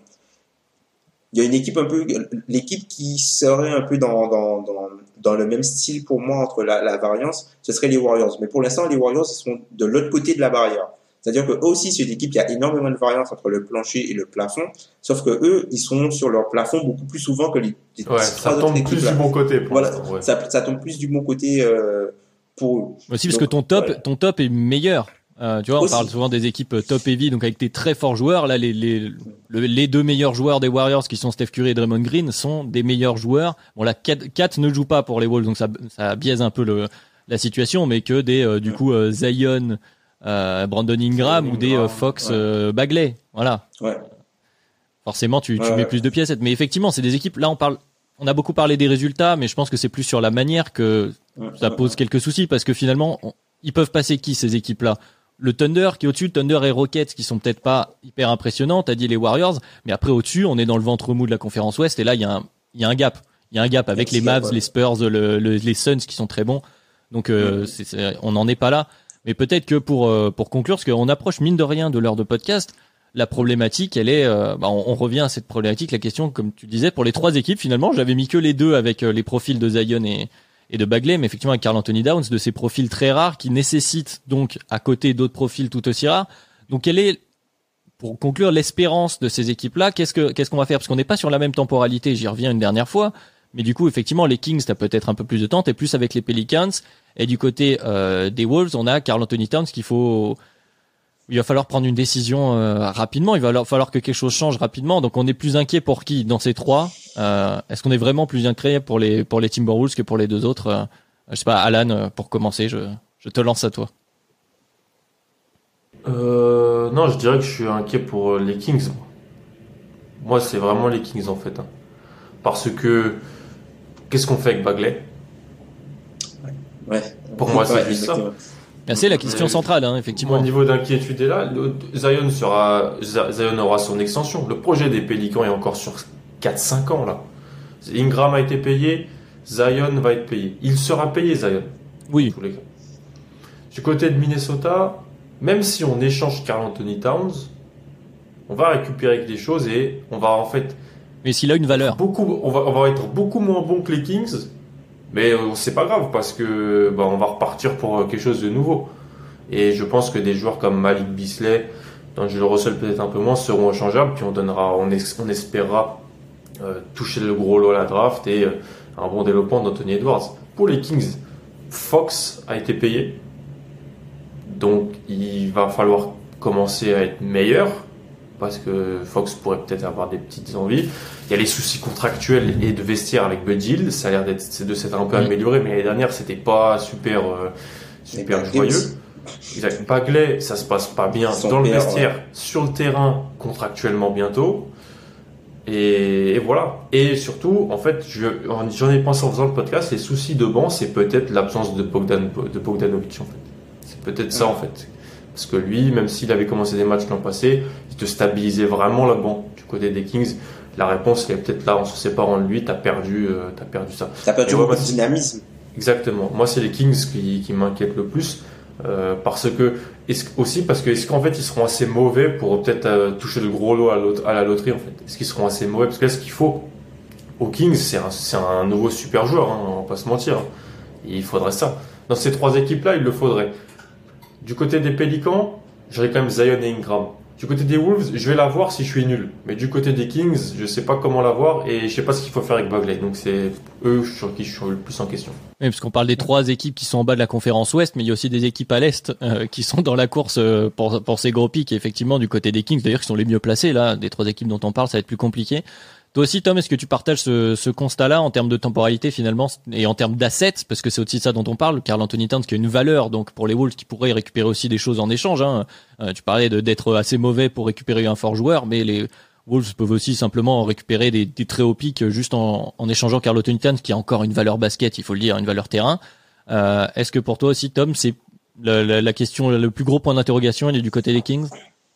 Il y a une équipe un peu, l'équipe qui serait un peu dans, dans, dans, dans le même style pour moi entre la, la variance, ce serait les Warriors. Mais pour l'instant, les Warriors, ils sont de l'autre côté de la barrière. C'est-à-dire que eux aussi, c'est une équipe qui a énormément de variance entre le plancher et le plafond. Sauf que eux, ils sont sur leur plafond beaucoup plus souvent que les, les Ouais, trois ça autres tombe équipes. plus là. du bon côté pour Voilà, l'instant, ouais. ça, ça tombe plus du bon côté euh, pour eux. Aussi parce Donc, que ton top, voilà. ton top est meilleur. Euh, tu vois, on Aussi. parle souvent des équipes top heavy, donc avec des très forts joueurs. Là, les, les, le- les deux meilleurs joueurs des Warriors, qui sont Steph Curry et Draymond Green, sont des meilleurs joueurs. Bon, là, Kat ne joue pas pour les Wolves, donc ça, ça biaise un peu le, la situation, mais que des, euh, du Ouais. coup, euh, Zion, euh, Brandon Ingram ou des euh, Ingram, Fox, ouais. euh, Bagley. Voilà. Ouais. Forcément, tu, tu Ouais, mets ouais. plus de pièces. Mais effectivement, c'est des équipes. Là, on parle. On a beaucoup parlé des résultats, mais je pense que c'est plus sur la manière que Ouais, ça ouais, pose ouais. quelques soucis parce que finalement, on- ils peuvent passer qui ces équipes-là? Le Thunder qui est au-dessus, Thunder et Rockets qui sont peut-être pas hyper impressionnants. T'as dit les Warriors, mais après au-dessus, on est dans le ventre mou de la conférence Ouest et là, il y a un, il y a un gap. Il y a un gap avec Il y a les un petit Mavs, gap, ouais. les Spurs, le, le- les Suns qui sont très bons. Donc, euh, Ouais. c'est, c'est- on n'en est pas là. Mais peut-être que pour euh, pour conclure, parce qu'on approche mine de rien de l'heure de podcast, la problématique, elle est, euh, bah, on, on revient à cette problématique, la question, comme tu disais, pour les trois équipes, finalement, j'avais mis que les deux avec euh, les profils de Zion et, et de Bagley, mais effectivement avec Karl Anthony Towns, de ces profils très rares qui nécessitent donc à côté d'autres profils tout aussi rares. Donc, quelle est, pour conclure, l'espérance de ces équipes-là? Qu'est-ce que qu'est-ce qu'on va faire? Parce qu'on n'est pas sur la même temporalité, j'y reviens une dernière fois. Mais du coup, effectivement, les Kings, t'as peut-être un peu plus de temps, t'es plus avec les Pelicans. Et du côté euh, des Wolves, on a Karl Anthony Towns qu'il faut Il va falloir prendre une décision euh, rapidement. Il va falloir que quelque chose change rapidement. Donc, on est plus inquiet pour qui dans ces trois euh, Est-ce qu'on est vraiment plus inquiet pour les pour les Timberwolves que pour les deux autres euh, Je sais pas, Alan, pour commencer, je je te lance à toi. Euh, non, je dirais que je suis inquiet pour les Kings. Moi, c'est vraiment les Kings en fait, hein. Parce que qu'est-ce qu'on fait avec Bagley? Ouais. Pour moi, c'est Ouais, juste ça. Ah, c'est la question centrale, hein, effectivement. Mon niveau d'inquiétude est là. Le- Zion sera, Zion aura son extension. Le projet des Pélicans est encore sur quatre cinq ans là. Ingram a été payé, Zion va être payé. Il sera payé, Zion. Oui. Tous les cas. Du côté de Minnesota, même si on échange Karl Anthony Towns, on va récupérer des choses et on va en fait Mais s'il a une valeur. beaucoup, on va, on va être beaucoup moins bon que les Kings. Mais euh, c'est pas grave parce que bah, on va repartir pour euh, quelque chose de nouveau. Et je pense que des joueurs comme Malik Beasley, D'Angelo Russell peut-être un peu moins, seront échangeables. Puis on donnera, on, es- on espérera euh, toucher le gros lot à la draft et euh, un bon développement d'Anthony Edwards. Pour les Kings, Fox a été payé. Donc il va falloir commencer à être meilleur. Parce que Fox pourrait peut-être avoir des petites envies. Il y a les soucis contractuels et de vestiaire avec Bud Hill. Ça a l'air d'être, c'est de s'être un peu Oui. amélioré, mais l'année dernière, c'était pas super, euh, super Et joyeux. aussi. Exact. Bagley, ça se passe pas bien Son dans le père, vestiaire, sur le terrain, contractuellement bientôt. Et, et voilà. Et surtout, en fait, je, j'en ai pensé en faisant le podcast, les soucis de banc, c'est peut-être l'absence de Bogdan, de Bogdanovic, en fait. C'est peut-être ça, en fait. Parce que lui, même s'il avait commencé des matchs l'an passé, il te stabilisait vraiment le banc du côté des Kings. La réponse, elle est peut-être là, en se séparant de lui, t'as perdu, euh, t'as perdu ça. T'as perdu Et beaucoup ouais, de moi, dynamisme. Exactement. Moi, c'est les Kings qui, qui m'inquiètent le plus. Euh, parce que, est-ce, aussi parce que, est-ce qu'en fait, ils seront assez mauvais pour peut-être euh, toucher le gros lot à, lot- à la loterie, en fait? Est-ce qu'ils seront assez mauvais? Parce que là, ce qu'il faut aux Kings, c'est un, c'est un nouveau super joueur, hein, on va pas se mentir. Il faudrait ça. Dans ces trois équipes-là, il le faudrait. Du côté des Pélicans, j'aurais quand même Zion et Ingram. Du côté des Wolves, je vais la voir si je suis nul. Mais du côté des Kings, je sais pas comment la voir et je sais pas ce qu'il faut faire avec Bagley. Donc c'est eux sur qui je suis le plus en question. Oui, parce qu'on parle des trois équipes qui sont en bas de la conférence Ouest, mais il y a aussi des équipes à l'Est euh, qui sont dans la course euh, pour, pour ces gros pics. Et effectivement, du côté des Kings, d'ailleurs, qui sont les mieux placés, là, des trois équipes dont on parle, ça va être plus compliqué. Toi aussi, Tom, est-ce que tu partages ce, ce constat-là en termes de temporalité finalement et en termes d'assets, parce que c'est aussi ça dont on parle, Karl Anthony Towns qui a une valeur donc pour les Wolves qui pourraient récupérer aussi des choses en échange. Hein. Euh, tu parlais de, d'être assez mauvais pour récupérer un fort joueur, mais les Wolves peuvent aussi simplement récupérer des, des très hauts pics juste en, en échangeant Karl Anthony Towns qui a encore une valeur basket, il faut le dire, une valeur terrain. Euh, est-ce que pour toi aussi, Tom, c'est la, la, la question, le plus gros point d'interrogation, il est du côté des Kings?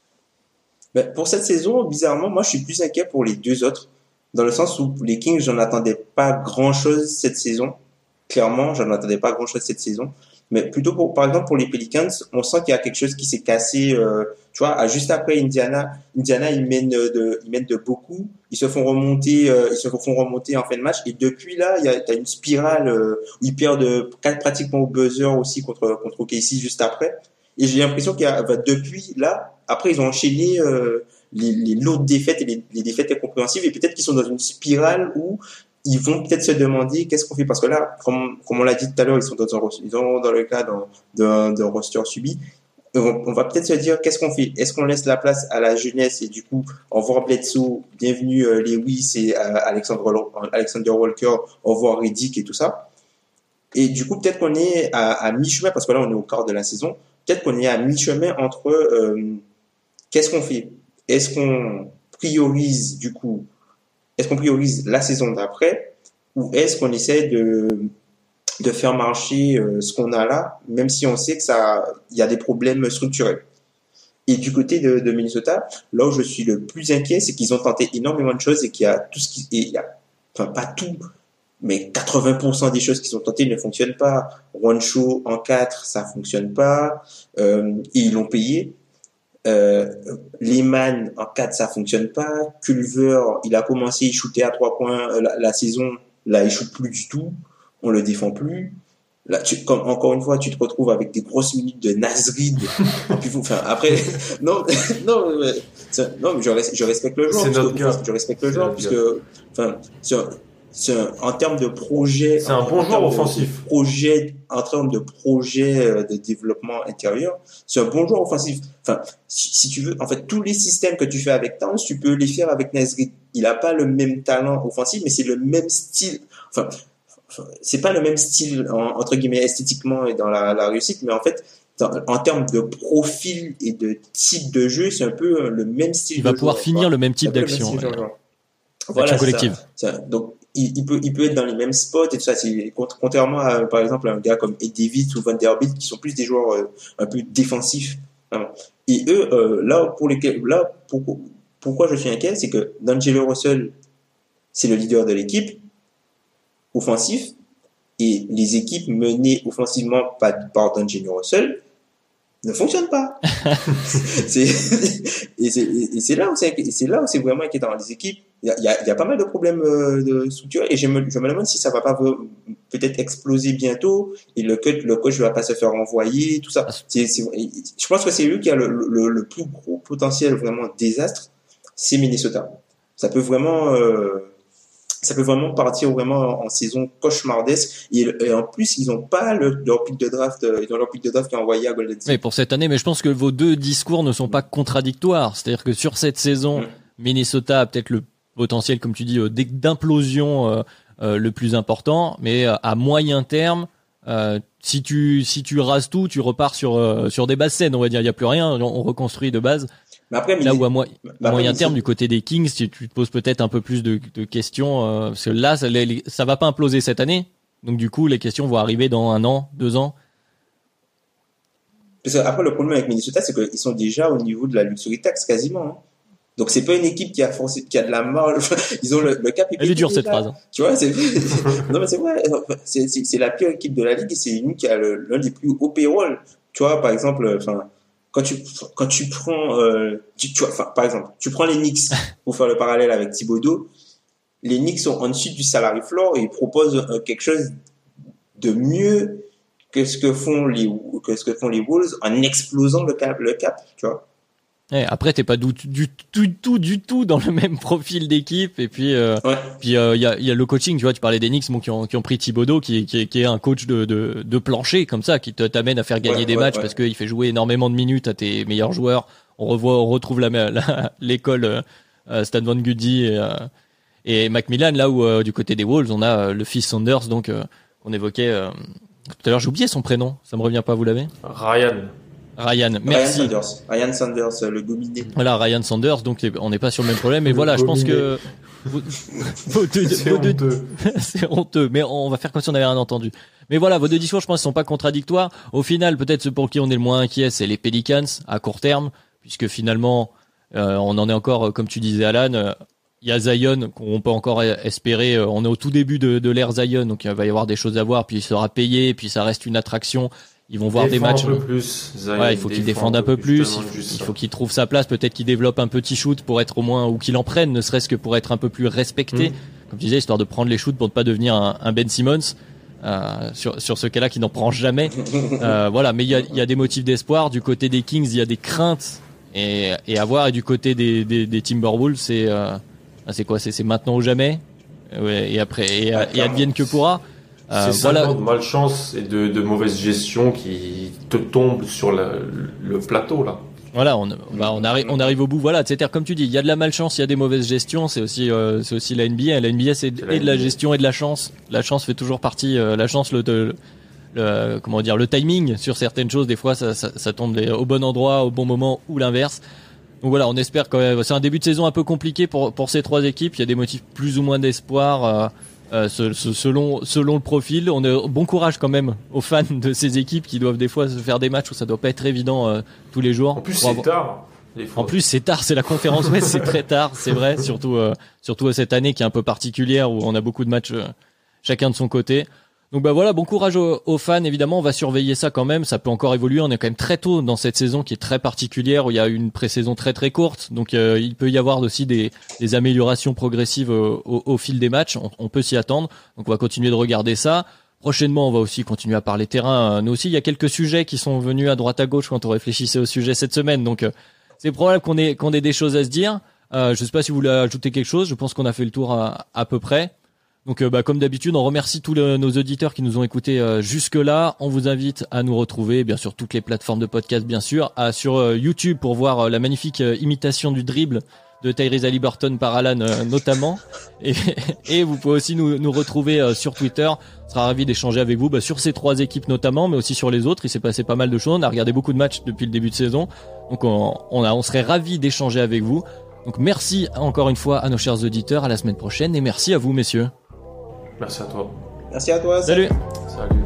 Ben, pour cette saison, bizarrement, moi, je suis plus inquiet pour les deux autres. Dans le sens où les Kings, j'en attendais pas grand chose cette saison. Clairement, j'en attendais pas grand chose cette saison. Mais plutôt pour, par exemple, pour les Pelicans, on sent qu'il y a quelque chose qui s'est cassé, euh, tu vois, à juste après Indiana. Indiana, ils mènent de, ils mènent de beaucoup. Ils se font remonter, euh, ils se font remonter en fin de match. Et depuis là, il y a, t'as une spirale, euh, où ils perdent quatre pratiquement au buzzer aussi contre, contre O K C juste après. Et j'ai l'impression qu'il y a, bah, depuis là, après, ils ont enchaîné, euh, les, les lourdes défaites et les, les défaites incompréhensibles, et peut-être qu'ils sont dans une spirale où ils vont peut-être se demander qu'est-ce qu'on fait, parce que là, comme, comme on l'a dit tout à l'heure, ils sont dans, un, ils sont dans le cas d'un, d'un, d'un roster subi. On, on va peut-être se dire qu'est-ce qu'on fait? Est-ce qu'on laisse la place à la jeunesse et du coup, au revoir Bledsoe, bienvenue euh, Lewis et euh, Alexander, Alexander Walker, au revoir Redick et tout ça. Et du coup, peut-être qu'on est à, à mi-chemin, parce que là, on est au quart de la saison. Peut-être qu'on est à mi-chemin entre euh, qu'est-ce qu'on fait? Est-ce qu'on priorise, du coup, est-ce qu'on priorise la saison d'après ou est-ce qu'on essaie de, de faire marcher euh, ce qu'on a là, même si on sait que ça, il y a des problèmes structurels. Et du côté de, de Minnesota, là où je suis le plus inquiet, c'est qu'ils ont tenté énormément de choses et qu'il y a tout ce qui, et il y a, enfin, pas tout, mais quatre-vingts pour cent des choses qui sont tentées ne fonctionnent pas. Juancho en quatre, ça fonctionne pas, euh, et ils l'ont payé. Euh, Lehman en quatre, ça fonctionne pas. Culver, il a commencé, il shootait à trois points euh, la, la saison, là il shoot plus du tout, on le défend plus. Là, tu, comme, encore une fois, tu te retrouves avec des grosses minutes de Nasrid. Enfin, après, non, non, mais, non, mais je, je respecte le joueur. C'est notre que, gars. Je respecte le joueur puisque, enfin, sur, c'est un, en termes de projet, c'est un bon joueur offensif. De projet, en termes de projet de développement intérieur, c'est un bon joueur offensif. Enfin, si, si tu veux, en fait, tous les systèmes que tu fais avec Towns, tu peux les faire avec Nesri. Il a pas le même talent offensif, mais c'est le même style. Enfin, c'est pas le même style en, entre guillemets esthétiquement et dans la, la réussite, mais en fait, dans, en termes de profil et de type de jeu, c'est un peu le même style. Il va de pouvoir joueur, finir quoi. le même type d'action. Même ouais. Voilà, action collective. Ça, ça. Donc, il, il peut, il peut être dans les mêmes spots et tout ça. C'est, contrairement à, par exemple, un gars comme Ed Davis ou Vanderbilt, qui sont plus des joueurs euh, un peu défensifs. Vraiment. Et eux, euh, là, pour lesquels, là, pour, pourquoi je suis inquiet, c'est que D'Angelo Russell, c'est le leader de l'équipe, offensif, et les équipes menées offensivement par, par D'Angelo Russell ne fonctionnent pas. c'est, et, c'est, et c'est là où c'est, et c'est là où c'est vraiment inquiétant. Les équipes, il y a, y, a, y a pas mal de problèmes euh, de structure, et je me, je me demande si ça va pas peut-être exploser bientôt, et le coach, le coach va pas se faire envoyer, tout ça. C'est, c'est, je pense que c'est eux qui a le, le, le plus gros potentiel vraiment désastre, c'est Minnesota. Ça peut vraiment, euh, ça peut vraiment partir vraiment en saison cauchemardesque, et, et en plus ils ont pas le, leur pick de draft, ils ont leur pick de draft qui est envoyé à Golden State. Mais pour cette année, mais je pense que vos deux discours ne sont pas contradictoires. C'est-à-dire que sur cette saison, mmh. Minnesota a peut-être le potentiel, comme tu dis, d'implosion euh, euh, le plus important, mais euh, à moyen terme, euh, si tu si tu rases tout, tu repars sur euh, sur des bases saines, on va dire. Il y a plus rien, on reconstruit de base. Mais après, là où à, mo- à moyen terme, du côté des Kings, tu, tu te poses peut-être un peu plus de, de questions, euh, parce que là, ça, les, ça va pas imploser cette année. Donc du coup, les questions vont arriver dans un an, deux ans. Parce que après, le problème avec Minnesota, c'est qu'ils sont déjà au niveau de la luxury tax quasiment. Hein. Donc c'est pas une équipe qui a forcé, qui a de la marge. Ils ont le, le cap. Elle est dure cette phrase. Hein. Tu vois, c'est, c'est non mais c'est vrai. C'est, c'est, c'est la pire équipe de la ligue et c'est une qui a le, l'un des plus hauts payroll. Tu vois, par exemple, enfin quand tu quand tu prends, euh, tu, tu vois, enfin par exemple, tu prends les Knicks pour faire le parallèle avec Thibodeau. Les Knicks sont en dessus du salary floor et ils proposent euh, quelque chose de mieux que ce que font les que ce que font les Wolves en explosant le cap, le cap, tu vois. Ouais, après t'es pas du, du tout du, du tout dans le même profil d'équipe et puis euh, ouais. puis il euh, y a il y a le coaching, tu vois, tu parlais des Knicks bon, qui ont qui ont pris Thibodeau qui qui, qui est un coach de de de plancher comme ça qui te t'amène à faire gagner ouais, des ouais, matchs ouais. parce qu'il fait jouer énormément de minutes à tes meilleurs joueurs. On revoit on retrouve la, la l'école euh, Stan Van Gundy et euh, et Macmillan là où euh, du côté des Wolves, on a euh, le fils Saunders donc euh, qu'on évoquait euh, tout à l'heure, j'ai oublié son prénom, ça me revient pas, vous l'avez ? Ryan. Ryan, merci. Ryan Sanders, Ryan Sanders, le gominé. Voilà, Ryan Sanders, donc on n'est pas sur le même problème, mais voilà, je pense que vos, vos deux, c'est vos deux, honteux. c'est honteux, mais on va faire comme si on n'avait rien entendu. Mais voilà, vos deux discours, je pense, ne sont pas contradictoires. Au final, peut-être ceux pour qui on est le moins inquiet, c'est les Pelicans à court terme, puisque finalement, euh, on en est encore, comme tu disais, Alan. Euh, il y a Zion qu'on peut encore espérer. On est au tout début de, de l'ère Zion, donc il va y avoir des choses à voir. Puis il sera payé, puis ça reste une attraction. Ils vont voir défend des matchs. Un peu plus, Zion, ouais, il faut qu'il défende un peu plus. Il faut, il faut qu'il trouve sa place. Peut-être qu'il développe un petit shoot pour être au moins, ou qu'il en prenne, ne serait-ce que pour être un peu plus respecté. Mmh. Comme tu disais, histoire de prendre les shoots pour ne pas devenir un, un Ben Simmons. Euh, sur, sur ce cas-là qui n'en prend jamais. Euh, voilà, mais il y a, il y a des motifs d'espoir. Du côté des Kings, il y a des craintes et, et à voir. Et du côté des, des, des Timberwolves, c'est, euh, c'est quoi, c'est, c'est maintenant ou jamais. Ouais, et après, et, et advienne que pourra. Euh, c'est voilà. de malchance et de, de mauvaise gestion qui te tombent sur la, le plateau là. Voilà, on, bah, on arrive, on arrive au bout. Voilà, c'est-à-dire comme tu dis, il y a de la malchance, il y a des mauvaises gestions. C'est aussi, euh, c'est aussi la N B A. La N B A, c'est, c'est et de la gestion et de la chance. La chance fait toujours partie. Euh, la chance, le, le, le, comment dire, le timing sur certaines choses. Des fois, ça, ça, ça tombe au bon endroit, au bon moment, ou l'inverse. Donc voilà, on espère quand même. C'est un début de saison un peu compliqué pour pour ces trois équipes. Il y a des motifs plus ou moins d'espoir. Euh, Euh, ce, ce, selon selon le profil, on a bon courage quand même aux fans de ces équipes qui doivent des fois se faire des matchs où ça doit pas être évident euh, tous les jours. En plus c'est avoir... tard. Des fois. En plus c'est tard, c'est la conférence Ouest, c'est très tard, c'est vrai, surtout euh, surtout cette année qui est un peu particulière où on a beaucoup de matchs euh, chacun de son côté. Donc bah voilà, bon courage aux, aux fans, évidemment, on va surveiller ça quand même, ça peut encore évoluer, on est quand même très tôt dans cette saison qui est très particulière, où il y a une pré-saison très très courte, donc euh, il peut y avoir aussi des, des améliorations progressives au, au, au fil des matchs, on, on peut s'y attendre, donc on va continuer de regarder ça. Prochainement, on va aussi continuer à parler terrain, nous aussi, il y a quelques sujets qui sont venus à droite à gauche quand on réfléchissait au sujet cette semaine, donc euh, c'est probable qu'on ait, qu'on ait des choses à se dire. Euh, je sais pas si vous voulez ajouter quelque chose, je pense qu'on a fait le tour à, à peu près. Donc euh, bah, comme d'habitude, on remercie tous le, nos auditeurs qui nous ont écoutés euh, jusque-là. On vous invite à nous retrouver, bien sûr, toutes les plateformes de podcast, bien sûr, à, sur euh, YouTube pour voir euh, la magnifique euh, imitation du dribble de Tyrese Haliburton par Alan euh, notamment. Et, et vous pouvez aussi nous, nous retrouver euh, sur Twitter. On sera ravis d'échanger avec vous bah, sur ces trois équipes notamment, mais aussi sur les autres. Il s'est passé pas mal de choses. On a regardé beaucoup de matchs depuis le début de saison. Donc on, on, a, on serait ravis d'échanger avec vous. Donc merci encore une fois à nos chers auditeurs. À la semaine prochaine et merci à vous, messieurs. Merci à toi. Merci à toi. Salut. Salut.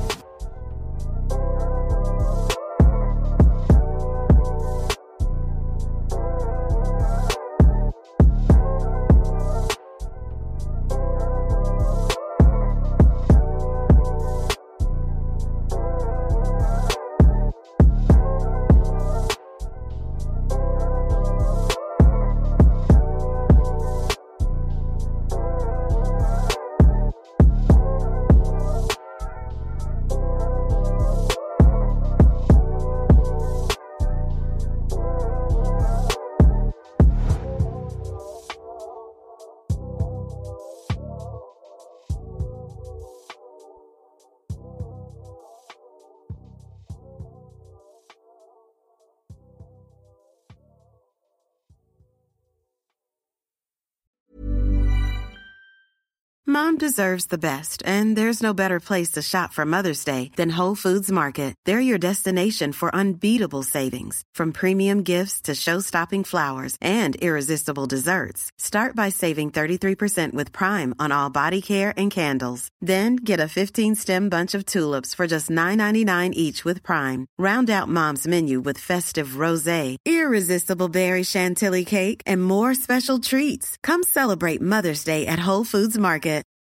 Mom deserves the best, and there's no better place to shop for Mother's Day than Whole Foods Market. They're your destination for unbeatable savings, from premium gifts to show-stopping flowers and irresistible desserts. Start by saving thirty-three percent with Prime on all body care and candles. Then get a fifteen-stem bunch of tulips for just nine ninety-nine each with Prime. Round out Mom's menu with festive rosé, irresistible berry chantilly cake, and more special treats. Come celebrate Mother's Day at Whole Foods Market.